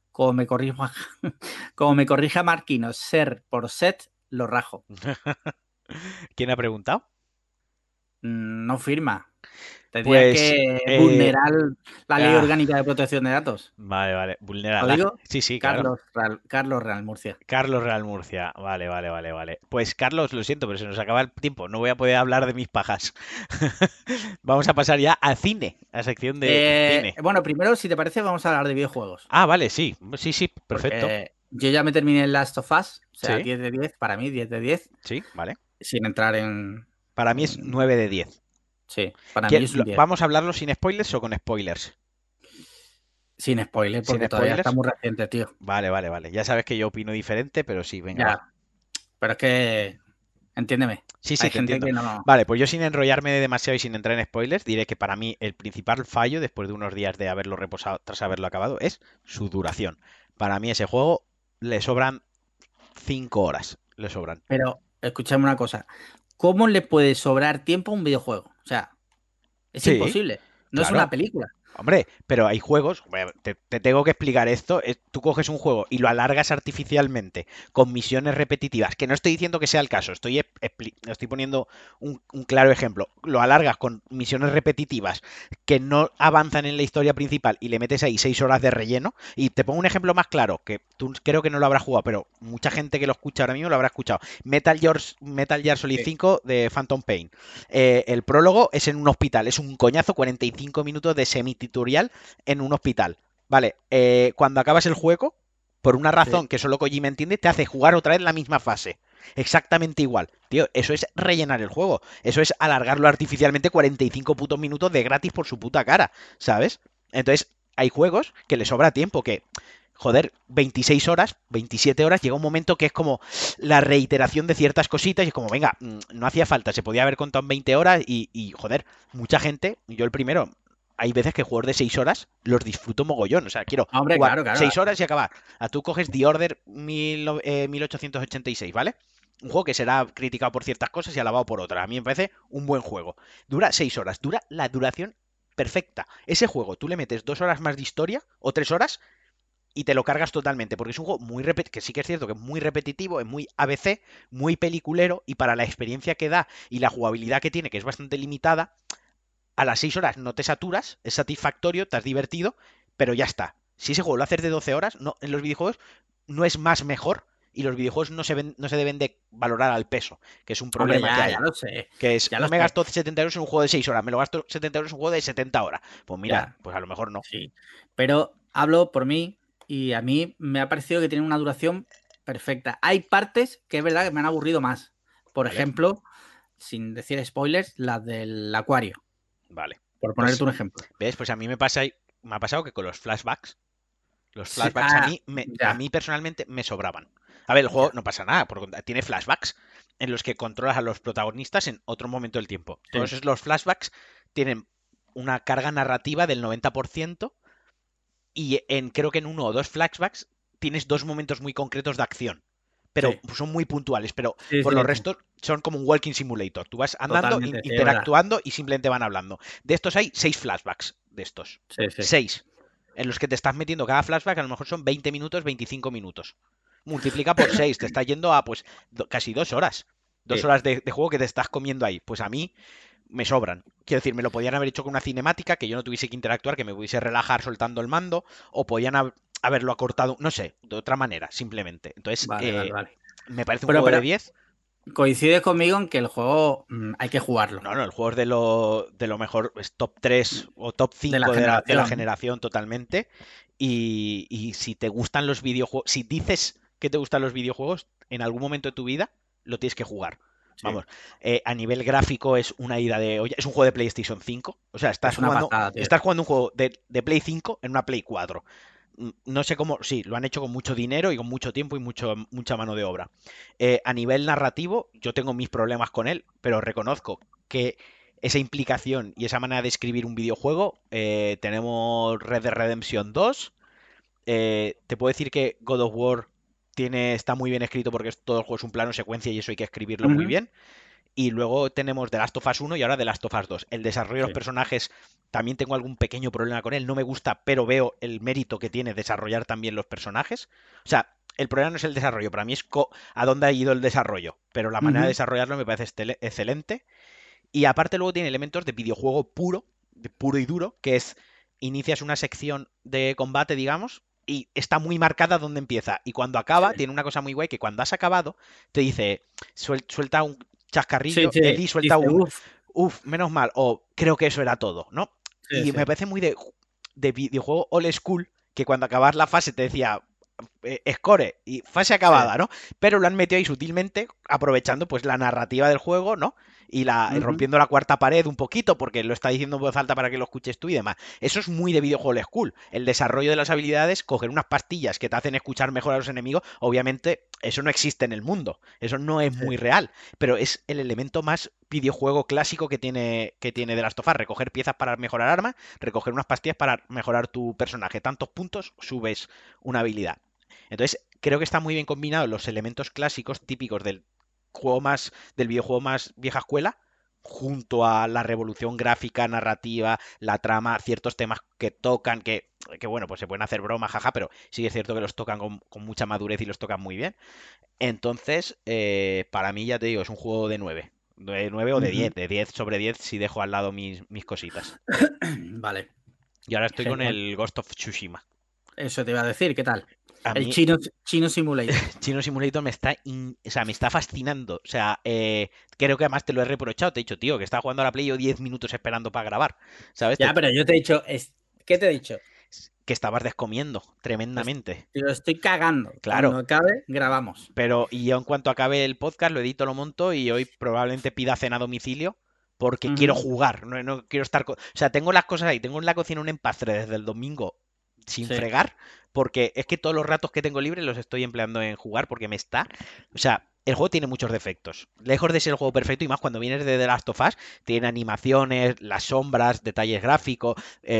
Como me corrija Marquino, ser por set, lo rajo. ¿Quién ha preguntado? No firma. Tendrías Pues, que vulnerar la ley ah, orgánica de protección de datos. vale, vale. Vulnera ¿Lo lag. digo? Sí, sí, claro. Carlos Real Murcia. Carlos Real Murcia. Vale, vale, vale, vale. Pues Carlos, lo siento, pero se nos acaba el tiempo. No voy a poder hablar de mis pajas. Vamos a pasar ya a cine, a sección de cine. Bueno, primero, si te parece, vamos a hablar de videojuegos. Ah, vale, sí. Sí, sí, perfecto. Porque yo ya me terminé el Last of Us, o sea, Sí, 10 de 10 para mí, 10 de 10 sí, vale. sin entrar Para mí es en- 9 de 10. Sí, para mí es un 10. ¿Vamos a hablarlo sin spoilers o con spoilers? Sin spoiler, Sin porque todavía está spoilers. muy reciente, tío. Vale, vale, vale. Ya sabes que yo opino diferente, pero sí, venga, va. Ya, pero es que, entiéndeme, Sí, sí, hay te gente entiendo. que no... Vale, pues yo sin enrollarme demasiado y sin entrar en spoilers, diré que para mí el principal fallo, después de unos días de haberlo reposado tras haberlo acabado, es su duración. Para mí ese juego le sobran 5 horas. Le sobran. Pero, escúchame una cosa, ¿cómo le puede sobrar tiempo a un videojuego? O sea, es Sí, imposible, no es una claro. película. Hombre, pero hay juegos, bueno, te tengo que explicar esto, tú coges un juego y lo alargas artificialmente con misiones repetitivas, que no estoy diciendo que sea el caso, estoy poniendo un claro ejemplo, lo alargas con misiones repetitivas que no avanzan en la historia principal y le metes ahí 6 horas de relleno, y te pongo un ejemplo más claro, que tú creo que no lo habrás jugado, pero mucha gente que lo escucha ahora mismo lo habrá escuchado, Metal Gear Solid Sí. 5 de Phantom Pain. El prólogo es en un hospital, es un coñazo, 45 minutos de semi-tutorial en un hospital. Vale, cuando acabas el juego, por una Sí. razón que solo Kojima entiende, te hace jugar otra vez la misma fase. Exactamente igual. Tío, eso es rellenar el juego. Eso es alargarlo artificialmente 45 putos minutos de gratis por su puta cara, ¿sabes? Entonces, hay juegos que le sobra tiempo, que joder, 26 horas, 27 horas, llega un momento que es como la reiteración de ciertas cositas y es como, venga, no hacía falta, se podía haber contado en 20 horas joder, mucha gente, yo el primero, hay veces que juegos de 6 horas los disfruto mogollón, o sea, quiero Hombre, jugar claro, claro. 6 horas y acabar. A tú coges The Order 1886, ¿vale? Un juego que será criticado por ciertas cosas y alabado por otras. A mí me parece un buen juego. Dura 6 horas, dura la duración perfecta. Ese juego, tú le metes 2 horas más de historia o 3 horas y te lo cargas totalmente, porque es un juego muy que sí que es cierto que es muy repetitivo, es muy ABC, muy peliculero, y para la experiencia que da y la jugabilidad que tiene, que es bastante limitada, a las 6 horas no te saturas, es satisfactorio, te has divertido, pero ya está. Si ese juego lo haces de 12 horas, no, en los videojuegos no es más mejor, y los videojuegos no se deben de valorar al peso, que es un Hombre, problema que ya hay. lo sé, Que es, ya lo no me sé. gasto 70 euros en un juego de 6 horas, me lo gasto 70 euros en un juego de 70 horas. Pues mira, Ya, pues a lo mejor no. sí. Pero hablo por mí y a mí me ha parecido que tiene una duración perfecta. Hay partes que es verdad que me han aburrido más. Por ¿Vale? ejemplo, sin decir spoilers, las del acuario, Vale. por ponerte Pues un ejemplo. ¿ves? Pues a mí me ha pasado que con los Sí, flashbacks a ya, mí personalmente me sobraban. A ver, el juego ya. no pasa nada, porque tiene flashbacks en los que controlas a los protagonistas en otro momento del tiempo. Sí, Todos los flashbacks tienen una carga narrativa del 90% y creo que en uno o dos flashbacks tienes dos momentos muy concretos de acción. Pero sí, son muy puntuales, pero sí, por los sí, sí. restos son como un walking simulator. Tú vas andando, Totalmente, sí, es verdad. interactuando y simplemente van hablando. De estos hay 6 flashbacks de estos. Sí, sí. 6 en los que te estás metiendo cada flashback, a lo mejor son 20 minutos, 25 minutos. Multiplica por 6 te está yendo a pues casi 2 horas. Dos Sí. horas de juego que te estás comiendo ahí. Pues a mí me sobran. Quiero decir, me lo podían haber hecho con una cinemática, que yo no tuviese que interactuar, que me pudiese relajar soltando el mando, o podían haberlo acortado, no sé, de otra manera, simplemente. Entonces, Vale, vale, vale. me parece un juego Pero de 10. coincides conmigo en que el juego hay que jugarlo. No, no, el juego es de lo mejor, es top 3 o top De la 5 de la generación. generación totalmente. Y si te gustan los videojuegos, si dices que te gustan los videojuegos, en algún momento de tu vida lo tienes que jugar. Sí. Vamos, a nivel gráfico es una ida de olla, es un juego de PlayStation 5. O sea, estás Es una jugando, pasada, tío. estás jugando un juego de Play 5 en una Play 4. No sé cómo, sí, lo han hecho con mucho dinero y con mucho tiempo y mucha mano de obra. A nivel narrativo, yo tengo mis problemas con él, pero reconozco que esa implicación y esa manera de escribir un videojuego, tenemos Red Dead Redemption 2. Te puedo decir que God of War está muy bien escrito porque todo el juego es un plano secuencia y eso hay que escribirlo muy Ujú. bien. Y luego tenemos The Last of Us 1 y ahora The Last of Us 2. El desarrollo de los Sí. personajes también tengo algún pequeño problema con él. No me gusta, pero veo el mérito que tiene desarrollar también los personajes. O sea, el problema no es el desarrollo, para mí es a dónde ha ido el desarrollo. Pero la manera de Ujú. desarrollarlo me parece excelente. Y aparte luego tiene elementos de videojuego puro, de puro y duro, que es inicias una sección de combate, digamos, y está muy marcada donde empieza. Y cuando acaba, Sí, tiene una cosa muy guay que cuando has acabado, te dice, suelta un sí, chascarrillo, sí. Eddie suelta Dice, un, uff, uff, menos mal, o creo que eso era todo, ¿no? sí, Y me sí. parece muy de videojuego old school, que cuando acabas la fase te decía, score y fase Sí. acabada, ¿no? Pero lo han metido ahí sutilmente, aprovechando pues la narrativa del juego, ¿no? Y Ujú. rompiendo la cuarta pared un poquito, porque lo está diciendo en voz alta para que lo escuches tú y demás. Eso es muy de videojuego old school. El desarrollo de las habilidades, coger unas pastillas que te hacen escuchar mejor a los enemigos, obviamente eso no existe en el mundo. Eso no es Sí. muy real. Pero es el elemento más videojuego clásico que tiene The Last of Us. Recoger piezas para mejorar armas, recoger unas pastillas para mejorar tu personaje. Tantos puntos subes una habilidad. Entonces, creo que está muy bien combinado los elementos clásicos típicos del videojuego más vieja escuela, junto a la revolución gráfica, narrativa, la trama, ciertos temas que tocan, que bueno, pues se pueden hacer bromas, jaja, pero sí es cierto que los tocan con mucha madurez y los tocan muy bien. Entonces, para mí, ya te digo, es un juego de 9. De 9 o de Ujú. 10. De 10 sobre 10 si dejo al lado mis cositas. Vale, Y ahora estoy con genial. el Ghost of Tsushima. Eso te iba a decir, ¿qué tal? A El mí, Chino Simulator. Chino Simulator o sea, me está fascinando. O sea, creo que además te lo he reprochado. Te he dicho, tío, que estaba jugando a la Play yo 10 minutos esperando para grabar. ¿Sabes? Ya, pero yo te he dicho, ¿qué te he dicho? Que estabas descomiendo Es- tremendamente. Te lo estoy cagando. Cuando Claro, acabe, grabamos. pero y yo en cuanto acabe el podcast lo edito, lo monto y hoy probablemente pida cena a domicilio porque quiero Ujú. jugar. No, no quiero estar. O sea, tengo las cosas ahí. Tengo en la cocina un empastre desde el domingo sin Sí, fregar porque es que todos los ratos que tengo libres los estoy empleando en jugar porque me está. O sea, el juego tiene muchos defectos. Lejos de ser el juego perfecto y más cuando vienes de The Last of Us, tiene animaciones, las sombras, detalles gráficos,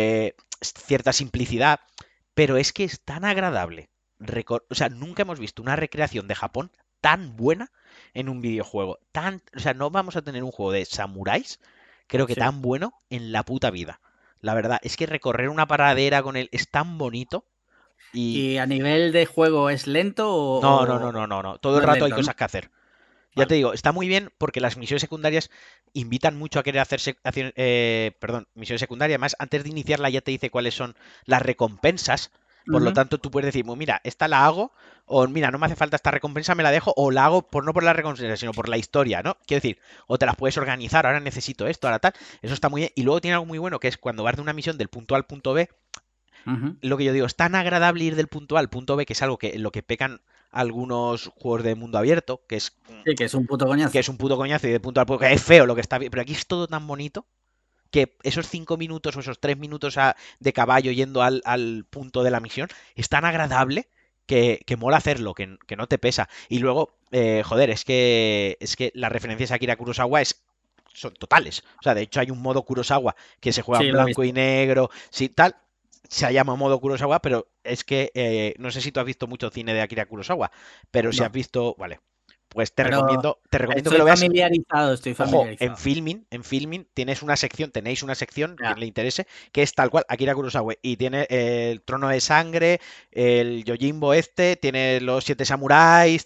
cierta simplicidad. Pero es que es tan agradable. O sea, nunca hemos visto una recreación de Japón tan buena en un videojuego. O sea, no vamos a tener un juego de samuráis, creo que sí. tan bueno en la puta vida. La verdad, es que recorrer una paradera con él es tan bonito y... ¿Y a nivel de juego es lento No, no, no, o no, no, no. Todo no el es rato hay lento, no? cosas que hacer. Ya te Vale. digo, está muy bien porque las misiones secundarias invitan mucho a querer perdón, misiones secundarias. Además, antes de iniciarla ya te dice cuáles son las recompensas. Por lo Ujú. tanto, tú puedes decir, "Pues mira, esta la hago, o mira, no me hace falta esta recompensa, me la dejo, o la hago no por la recompensa, sino por la historia, ¿no? Quiero decir, o te las puedes organizar, ahora necesito esto, ahora tal. Eso está muy bien. Y luego tiene algo muy bueno que es cuando vas de una misión del punto A al punto B, Ujú. lo que yo digo, es tan agradable ir del punto A al punto B, que es algo que en lo que pecan algunos juegos de mundo abierto, Sí, que es un puto que coñazo. es un puto coñazo y de punto al punto, que es feo lo que está bien, pero aquí es todo tan bonito que esos 5 minutos o esos 3 minutos de caballo yendo al punto de la misión es tan agradable que mola hacerlo, que no te pesa. Y luego, joder, es que las referencias a Akira Kurosawa son totales. O sea, de hecho hay un modo Kurosawa que se juega Sí, en lo he blanco y visto. negro, sí, tal. Se llama modo Kurosawa, pero es que no sé si tú has visto mucho cine de Akira Kurosawa, pero si has No, visto, vale, pues te pero recomiendo, te recomiendo que estoy lo veas. familiarizado, estoy Ojo, en familiarizado. Filming, en Filming tenéis una sección, quien Ya. le interese, que es tal cual, Akira Kurosawa, y tiene el Trono de Sangre, el Yojimbo tiene los Siete Samuráis,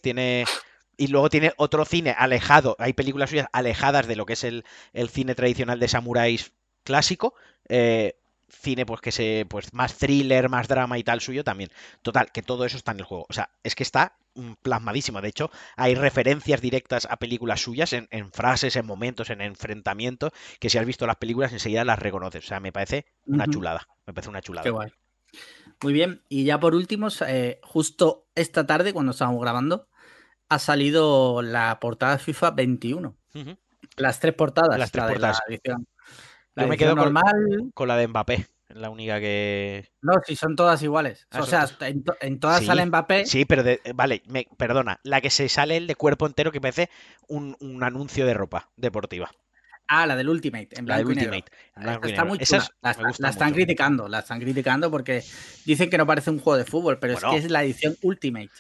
y luego tiene otro cine alejado, hay películas suyas alejadas de lo que es el cine tradicional de samuráis clásico, eh, cine pues más thriller, más drama y tal suyo también. Total, que todo eso está en el juego. O sea, es que está plasmadísimo. De hecho, hay referencias directas a películas suyas en frases, en momentos, en enfrentamientos, que si has visto las películas enseguida las reconoces. O sea, me parece una Ujú. chulada. Me parece una Qué chulada. guay. Muy bien. Y ya por último, justo esta tarde, cuando estábamos grabando, ha salido la portada de FIFA 21. Ujú. Las tres Las portadas, tres la de la portadas. edición. La Yo me edición quedo con, normal. con la de Mbappé. Es la única que... No, si son todas iguales. Ah, O sea, en todas sale sí, Mbappé. sí, pero vale, perdona. La que se sale el de cuerpo entero que parece un anuncio de ropa deportiva. Ah, la del Ultimate, en La del blanco y negro. Ultimate, en blanco Esta y está negro. muy chula. Esas me La gustan están mucho. criticando. La están criticando porque dicen que no parece un juego de fútbol, pero es que Bueno, es la edición Ultimate.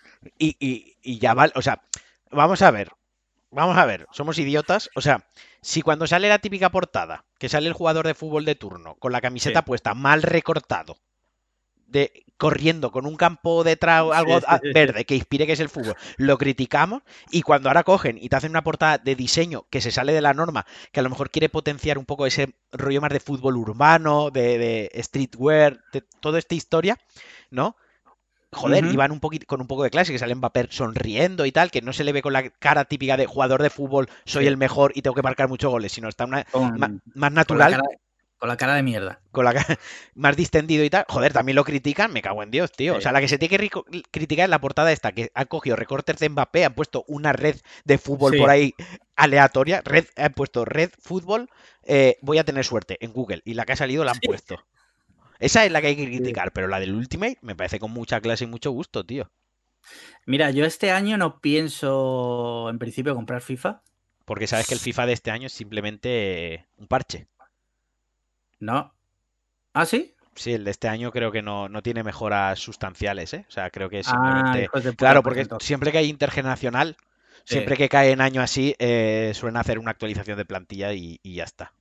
y ya vale, o sea, vamos a ver, vamos a ver, somos idiotas, o sea, si cuando sale la típica portada, que sale el jugador de fútbol de turno, con la Sí. camiseta puesta, mal recortado, de corriendo con un campo detrás, Sí, algo sí, sí, sí. verde que inspire que es el fútbol, lo criticamos y cuando ahora cogen y te hacen una portada de diseño que se sale de la norma, que a lo mejor quiere potenciar un poco ese rollo más de fútbol urbano, de streetwear, de toda esta historia, ¿no? Joder, y Ujú. van un poquito con un poco de clase, que sale Mbappé sonriendo y tal, que no se le ve con la cara típica de jugador de fútbol, soy Sí, el mejor y tengo que marcar muchos goles, sino está con, más con la natural, cara, con la cara de mierda. con la cara más distendido y tal. Joder, también lo critican, me cago en Dios, tío. O Sí, sea, la que sí, se sí. tiene que criticar es la portada esta, que han cogido recortes de Mbappé, han puesto una red de fútbol por Sí, ahí aleatoria, han puesto red fútbol, voy a tener suerte en Google, y la que ha salido la han sí. puesto. Esa es la que hay que Sí. criticar, pero la del Ultimate me parece con mucha clase y mucho gusto, tío. Mira, yo este año no pienso en principio comprar FIFA. Porque sabes que el FIFA de este año es simplemente un parche. No. ¿Ah, sí? Sí, el de este año creo que no tiene mejoras sustanciales, ¿eh? O sea, creo que es Ah, simplemente... hijos de puta, Claro, pues porque entonces. siempre que hay intergeneracional, Sí. siempre que cae en año así, suelen hacer una actualización de plantilla y ya está.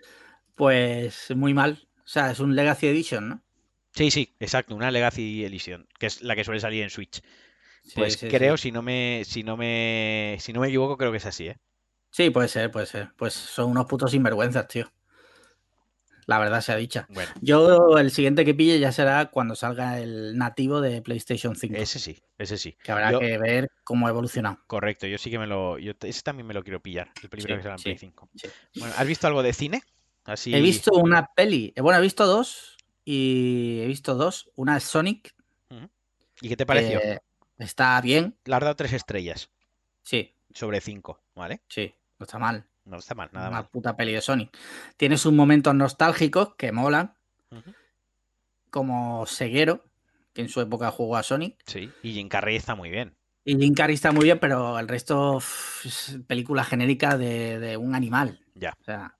Pues muy mal. O sea, es un Legacy Edition, ¿no? Sí, sí, exacto, una Legacy Edition, que es la que suele salir en Switch. Sí, Pues sí, creo, sí. si no me equivoco, creo que es así, ¿eh? Sí, puede ser, puede ser. Pues son unos putos sinvergüenzas, tío. La verdad sea dicha. Bueno, Yo el siguiente que pille ya será cuando salga el nativo de PlayStation 5, ese sí, ese sí. que habrá Yo, que ver cómo ha evolucionado. correcto, yo sí que ese también me lo quiero pillar, el primero que Sí, será en Play sí, 5. sí. Bueno, ¿has visto algo de cine? He Así. visto una peli, bueno, he visto dos y he visto dos. Una es Sonic, Ujú. ¿Y qué te pareció? que está bien. Le has dado 3 estrellas Sí, sobre 5, ¿vale? sí, no está mal. No está mal, nada Una mal. puta peli de Sonic. Tiene sus momentos nostálgicos que molan, Ujú. como Seguero, que en su época jugó a Sonic. Sí, y Jim Carrey está muy bien. Y Jim Carrey está muy bien, pero el resto es película genérica de un animal. Ya. O sea,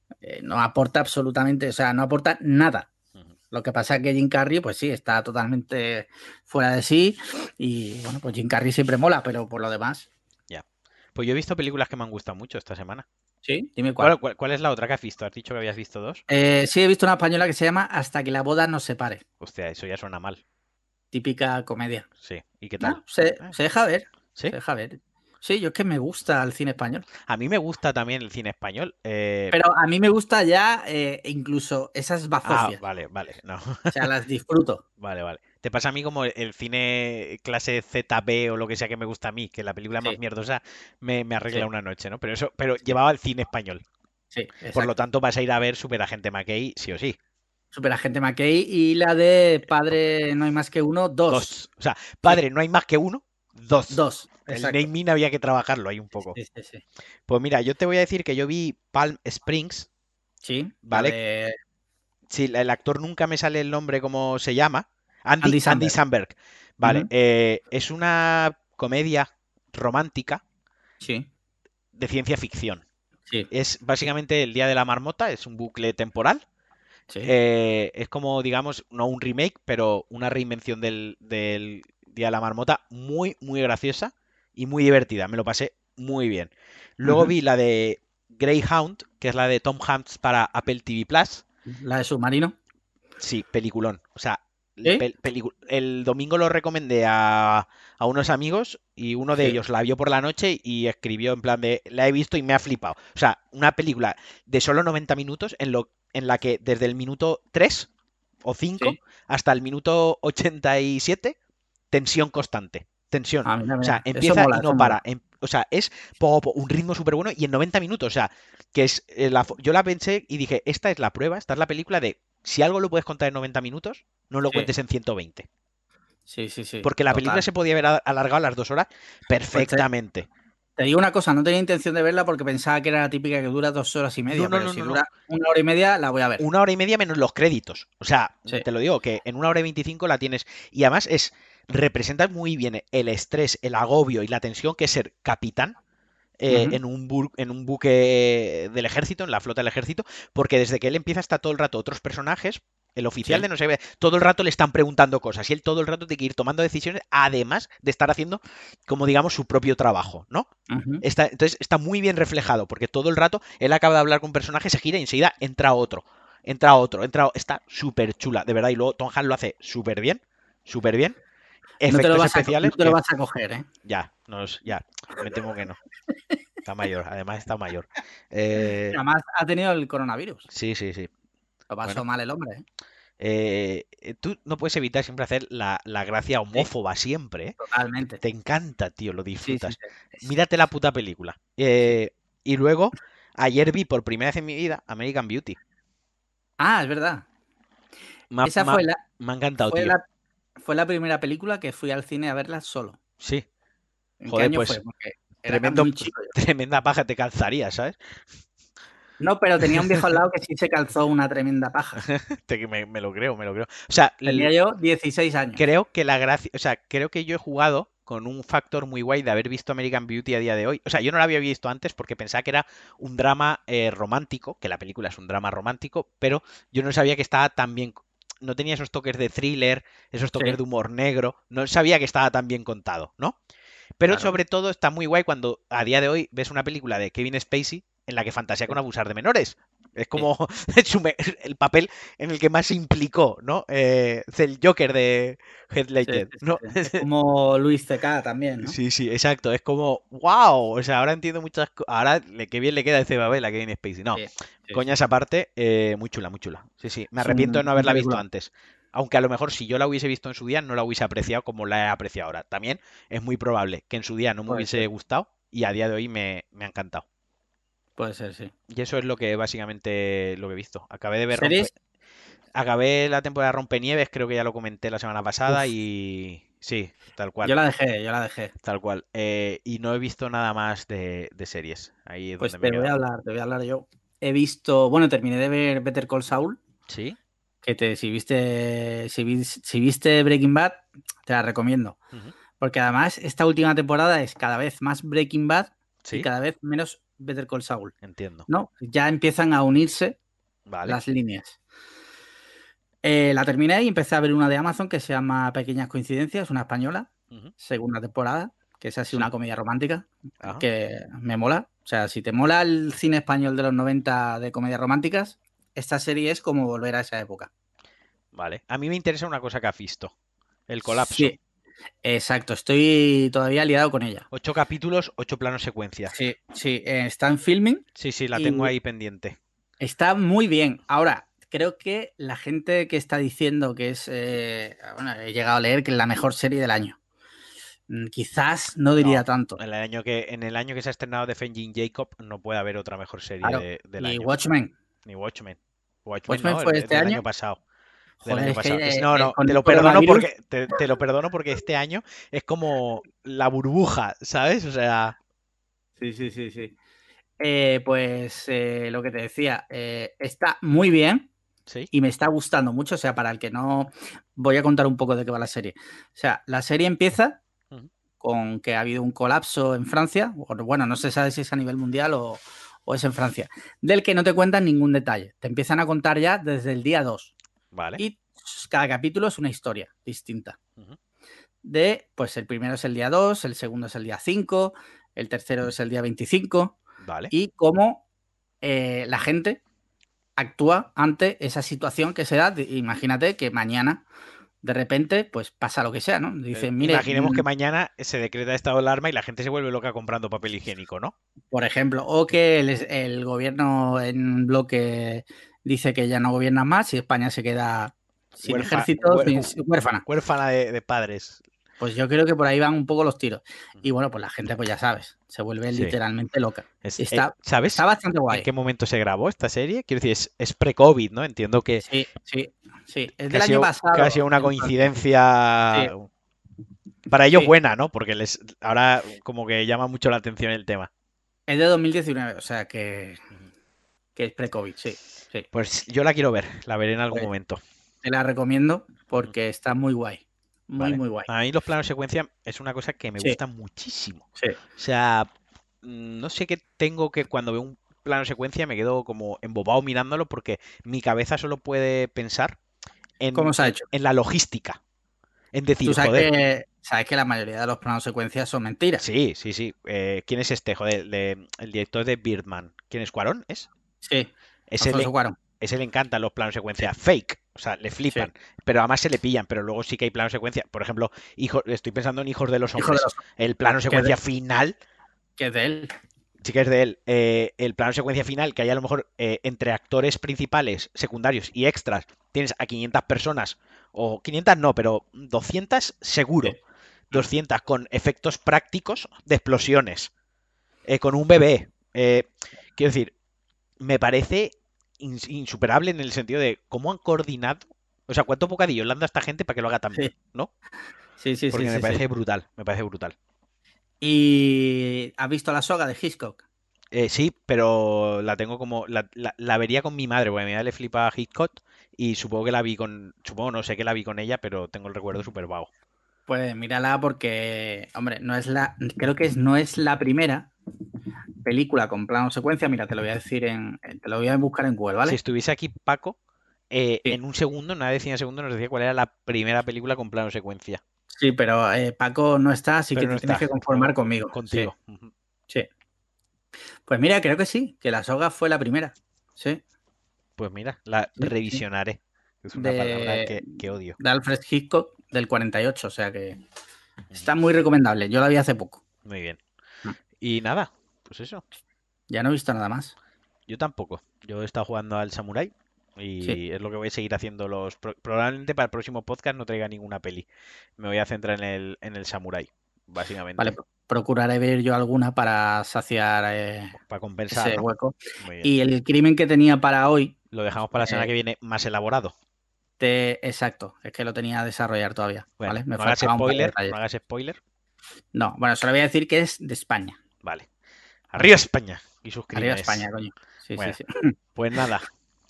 no aporta absolutamente, o sea, no aporta nada. Ujú. Lo que pasa es que Jim Carrey, pues sí, está totalmente fuera de sí. Y bueno, pues Jim Carrey siempre mola, pero por lo demás, Ya. Pues yo he visto películas que me han gustado mucho esta semana. sí, dime ¿Cuál, cuál. cuál, cuál es la otra que has visto? ¿Has dicho que habías visto dos? Sí, he visto una española que se llama Hasta que la boda nos separe. Hostia, eso ya suena mal. Típica comedia. Sí. ¿Y qué No, tal? se, Eh, se deja ver. ¿Sí? Se deja ver. Sí, yo es que me gusta el cine español. A mí me gusta también el cine español. Pero a mí me gusta ya incluso esas bazofias. Vale, vale. No. O sea, las disfruto. Vale, vale. Te pasa a mí como el cine clase ZB o lo que sea que me gusta a mí, que la película más Sí, mierdosa me arregla sí, una noche, ¿no? Pero sí, llevaba al cine español. sí, Por lo exacto. tanto, vas a ir a ver Superagente McKay, sí o sí. Superagente McKay y la de Padre No hay más que uno, dos. Dos. O sea, Sí, padre, no hay más que uno. Dos. dos, El exacto. naming había que trabajarlo ahí un Sí, poco. sí, sí, sí. Pues mira, yo te voy a decir que yo vi Palm Springs, Sí, la ¿vale? de Sí, el actor nunca me sale el nombre como se llama. Andy Andy Samberg. Samberg. Vale. Ujú. Es una comedia romántica Sí, de ciencia ficción. sí, Es básicamente el Día de la Marmota, es un bucle temporal. sí. Es como, digamos, no un remake, pero una reinvención del Día de la Marmota muy, muy graciosa y muy divertida. Me lo pasé muy bien. Luego Ujú. vi la de Greyhound, que es la de Tom Hanks para Apple TV Plus. La de Submarino. Sí, peliculón. O sea, Sí, el domingo lo recomendé a unos amigos y uno de sí, ellos la vio por la noche y escribió en plan de, la he visto y me ha flipado. O sea, una película de solo 90 minutos en la que desde el minuto 3 o 5 sí. hasta el minuto 87, tensión constante. Tensión. Ah, mira, O sea, mira. Eso empieza mola, y eso no para. mola. O sea, es un ritmo súper bueno y en 90 minutos. O sea, que es yo la pensé y dije, esta es la prueba, esta es la película de si algo lo puedes contar en 90 minutos, no lo Sí, cuentes en 120. sí, sí, sí. Porque la película Total. se podía haber alargado a las 2 horas Pues perfectamente. te digo una cosa, no tenía intención de verla porque pensaba que era la típica que dura 2 horas y No, media, no, pero no, si no, no. dura 1 hora y media, la voy a ver. 1 hora y media menos los créditos. O sea, Sí. te lo digo, que en 1 hora y 25 la tienes. Y además representa muy bien el estrés, el agobio y la tensión que es ser capitán Ujú. en un buque del ejército, en la flota del ejército, porque desde que él empieza está todo el rato otros personajes, el oficial de Sí. no sé, todo el rato le están preguntando cosas y él todo el rato tiene que ir tomando decisiones, además de estar haciendo, como digamos, su propio trabajo, ¿no? Ujú. Entonces está muy bien reflejado, porque todo el rato él acaba de hablar con un personaje, se gira y enseguida entra otro. está súper chula, de verdad, y luego Tom Hanks lo hace súper bien, No efectos especiales te lo que vas a coger, ¿eh? ya, me temo que no, está mayor, además está mayor. Eh, Además, ha tenido el coronavirus. sí, sí, sí. Lo pasó Bueno, mal el hombre, ¿eh? tú no puedes evitar siempre hacer la gracia Sí, homófoba siempre, ¿eh? totalmente. Te encanta, tío, lo Sí, sí, disfrutas. sí. Mírate la puta película. Sí. Y luego, ayer vi por primera vez en mi vida American Beauty. Ah, es verdad. Me ha, Esa me ha- fue la, me ha encantado, fue tío. la, fue la primera película que fui al cine a verla solo. Sí, ¿En qué joder, año fue? pues Porque era tremendo, muy chico yo. tremenda paja te calzaría, ¿sabes? No, pero tenía un viejo al lado que sí se calzó una tremenda paja. Me lo creo, me lo creo. O sea, Tenía yo 16 años. creo que la gracia, o sea, creo que yo he jugado con un factor muy guay de haber visto American Beauty a día de hoy. O sea, yo no la había visto antes porque pensaba que era un drama romántico, que la película es un drama romántico, pero yo no sabía que estaba tan bien, no tenía esos toques de thriller, esos toques Sí, de humor negro, no sabía que estaba tan bien contado, ¿no? Pero claro. sobre todo está muy guay cuando a día de hoy ves una película de Kevin Spacey en la que fantasea con Sí, abusar de menores. Es sí. como el papel en el que más se implicó, ¿no? Es el Joker de Heath Sí, Ledger, sí, sí, ¿no? sí. Es como Luis C.K. también, ¿no? Sí, sí, exacto. Es como, wow. O sea, ahora entiendo muchas cosas. Ahora, qué bien le queda ese papel a Kevin Spacey. No, Sí, sí, sí. coña esa parte, muy chula, muy chula. Sí, sí. Me arrepiento de no Es un haberla visto película. antes. Aunque a lo mejor si yo la hubiese visto en su día, no la hubiese apreciado como la he apreciado ahora. También es muy probable que en su día no me Puede hubiese ser, gustado y a día de hoy me ha encantado. puede ser, sí. Y eso es lo que básicamente lo que he visto. Acabé de ver ¿Series? Acabé la temporada de Rompenieves, creo que ya lo comenté la semana pasada Uf, y sí, tal cual, yo la dejé, yo la dejé. tal cual. Y no he visto nada más de series. Ahí es donde Pues me he quedado. te voy a hablar yo. He visto, bueno, terminé de ver Better Call Saul, ¿Sí? que si viste Breaking Bad, te la recomiendo. Ujú. Porque además esta última temporada es cada vez más Breaking Bad y ¿Sí? cada vez menos Better Call Saul, Entiendo. ¿no? Ya empiezan a unirse Vale. las líneas. La terminé y empecé a ver una de Amazon que se llama Pequeñas Coincidencias, una española, Ujú. segunda temporada, que es así Sí. una comedia romántica, Ajá. que me mola. O sea, si te mola el cine español de los 90 de comedias románticas, esta serie es como volver a esa época. Vale. A mí me interesa una cosa que has visto. El colapso. Sí, exacto, estoy todavía liado con ella. 8 capítulos, 8 planos secuencia. Sí, sí, está en filming Sí, sí, la tengo y ahí pendiente. está muy bien. Ahora, creo que la gente que está diciendo que es, bueno, he llegado a leer que es la mejor serie del año. Quizás no No. diría tanto. En el año que se ha estrenado Defending Jacob no puede haber otra mejor serie Claro. del Y año. Watchmen. Ni Watchmen. Watchmen Watchmen no, fue este del año. año pasado. Del Joder, año es que pasado. No, no, con te el lo perdono coronavirus. porque te lo perdono porque este año es como la burbuja, ¿sabes? O sea, Sí, sí, sí, sí. Lo que te decía, está muy bien sí. y me está gustando mucho. O sea, para el que no, voy a contar un poco de qué va la serie. O sea, la serie empieza Ujú. con que ha habido un colapso en Francia. Bueno, no se sabe si es a nivel mundial o es en Francia, del que no te cuentan ningún detalle. Te empiezan a contar ya desde el día 2 Vale. y cada capítulo es una historia distinta. Ujú. Pues el primero es el día 2, el segundo es el día 5, el tercero es el día 25 Vale. y cómo la gente actúa ante esa situación que se da. Imagínate que mañana de repente pues pasa lo que sea, ¿no? Dicen, mire, Imaginemos que mañana se decreta estado de alarma y la gente se vuelve loca comprando papel higiénico, ¿no? por ejemplo, o que el gobierno en bloque dice que ya no gobierna más y España se queda sin Huérfa- ejército, hué- sin huérfana. huérfana de padres. Pues yo creo que por ahí van un poco los tiros. Y Ujú. bueno, pues la gente, pues ya sabes, se vuelve Sí. literalmente loca. ¿Sabes Está bastante en guay. qué momento se grabó esta serie? Quiero decir, es pre-COVID, ¿no? Entiendo Sí, sí, sí. Es que del año ha sido pasado una en Francia. Sí, coincidencia para ellos sí. buena, ¿no? Porque les ahora como que llama mucho la atención el tema. Es de 2019, o sea Ujú. que es pre-COVID, sí, sí. Pues yo la quiero ver, la veré en algún Pues momento. te la recomiendo Ujú. porque está muy guay. Muy, Vale. muy guay. A mí los planos secuencia es una cosa que me Sí, gusta muchísimo. sí. O sea, no sé qué tengo que cuando veo un plano secuencia me quedo como embobado mirándolo porque mi cabeza solo puede pensar ¿Cómo se ha hecho? en la logística. En Tú decir, joder, sabes que la mayoría de los planos secuencias son mentiras. sí, sí, sí. ¿Quién es este? Joder, el director de Birdman. ¿Quién es Cuarón? ¿Es? Sí, Es el, Alfonso Cuarón. ese le encantan los planos secuencia fake, o sea, le Sí. flipan, pero además se le pillan, pero luego sí que hay planos secuencia, por ejemplo, estoy pensando en Hijos de los Hijo de Hombres, los... el plano Que es de, secuencia final, que es de él. sí que es de él, el plano secuencia final, que hay a lo mejor entre actores principales, secundarios y extras, tienes a 500 personas, o 500 no, pero 200 Sí. seguro, 200 con efectos prácticos de explosiones, con un bebé, quiero decir, me parece insuperable en el sentido de cómo han coordinado, o sea, cuántos bocadillos le han dado a esta gente para que lo haga tan bien, Sí, ¿no? sí, sí, sí, Porque me sí, sí. parece brutal, me parece brutal. ¿Y has visto la soga de Hitchcock? Sí, pero la tengo como, la vería con mi madre, porque a mi madre le flipa Hitchcock y supongo que la vi con, supongo, no sé que la vi con ella, pero tengo el recuerdo súper vago. Pues mírala porque, hombre, no es la, creo que no es la primera película con plano secuencia. Mira, te lo voy a decir te lo voy a buscar en Google, Si ¿vale? estuviese aquí Paco, Sí, en un segundo, en una décima de segundo, nos decía cuál era la primera película con plano secuencia. sí, pero Paco no está, así que Pero no te tienes está, que tengo conformar conmigo. Sí, contigo. Ujú. sí. Pues mira, creo que sí, que la soga fue la primera. Sí, Pues mira, la sí, sí. revisionaré. Es una palabra De, que odio. de Alfred Hitchcock del 48, o sea que Ujú. está muy recomendable. Yo la vi hace poco. Muy bien. Mm. Y nada, pues eso. Ya no he visto nada más. Yo tampoco. Yo he estado jugando al Samurai Sí, y es lo que voy a seguir haciendo probablemente para el próximo podcast no traiga ninguna peli. Me voy a centrar en el Samurai, vale, básicamente. procuraré ver yo alguna para saciar Para compensar, ese ¿no? hueco. Muy bien. Y el crimen que tenía para hoy, Lo dejamos para la semana eh, que viene más elaborado. exacto, es que lo tenía a desarrollar todavía, Bueno, ¿vale? Me no hagas faltaba un par de spoiler, no detalles. hagas spoiler. No, bueno, solo voy a decir que es de España. Vale. Arriba España y sus Arriba crímenes. España, coño. Sí, sí, Bueno, sí. pues nada.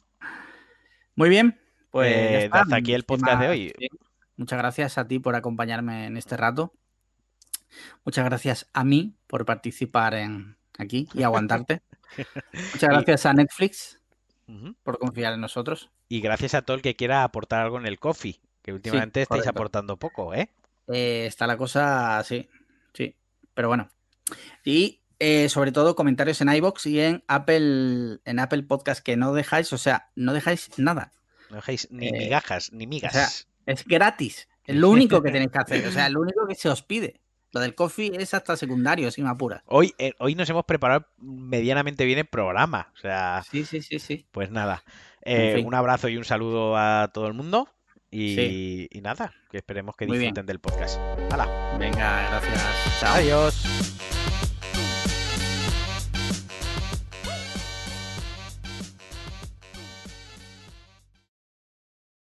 Muy bien, pues ya está. Hasta aquí el podcast de hoy. Sí. Muchas gracias a ti por acompañarme en este rato. Muchas gracias a mí por participar en aquí y aguantarte. Muchas Y, gracias a Netflix ujú. por confiar en nosotros. Y gracias a todo el que quiera aportar algo en el coffee, que Sí, últimamente estáis correcto. aportando poco, ¿eh? Está la cosa así, sí. Pero bueno. Y sobre todo comentarios en iVoox y en Apple Podcast que no dejáis, o sea, no dejáis nada. No dejéis ni Eh, migajas, ni o sea, migas. es gratis. Es lo único que tenéis que hacer. O sea, lo único que se os pide. Lo del coffee es hasta secundario, si me apuras. Hoy nos hemos preparado medianamente bien el programa. O sea, Sí, sí, sí, sí. pues nada. En fin, Un abrazo y un saludo a todo el mundo. sí. Y nada, que esperemos que Muy bien. disfruten del podcast. ¡Hala! Venga, gracias. Chao. Adiós.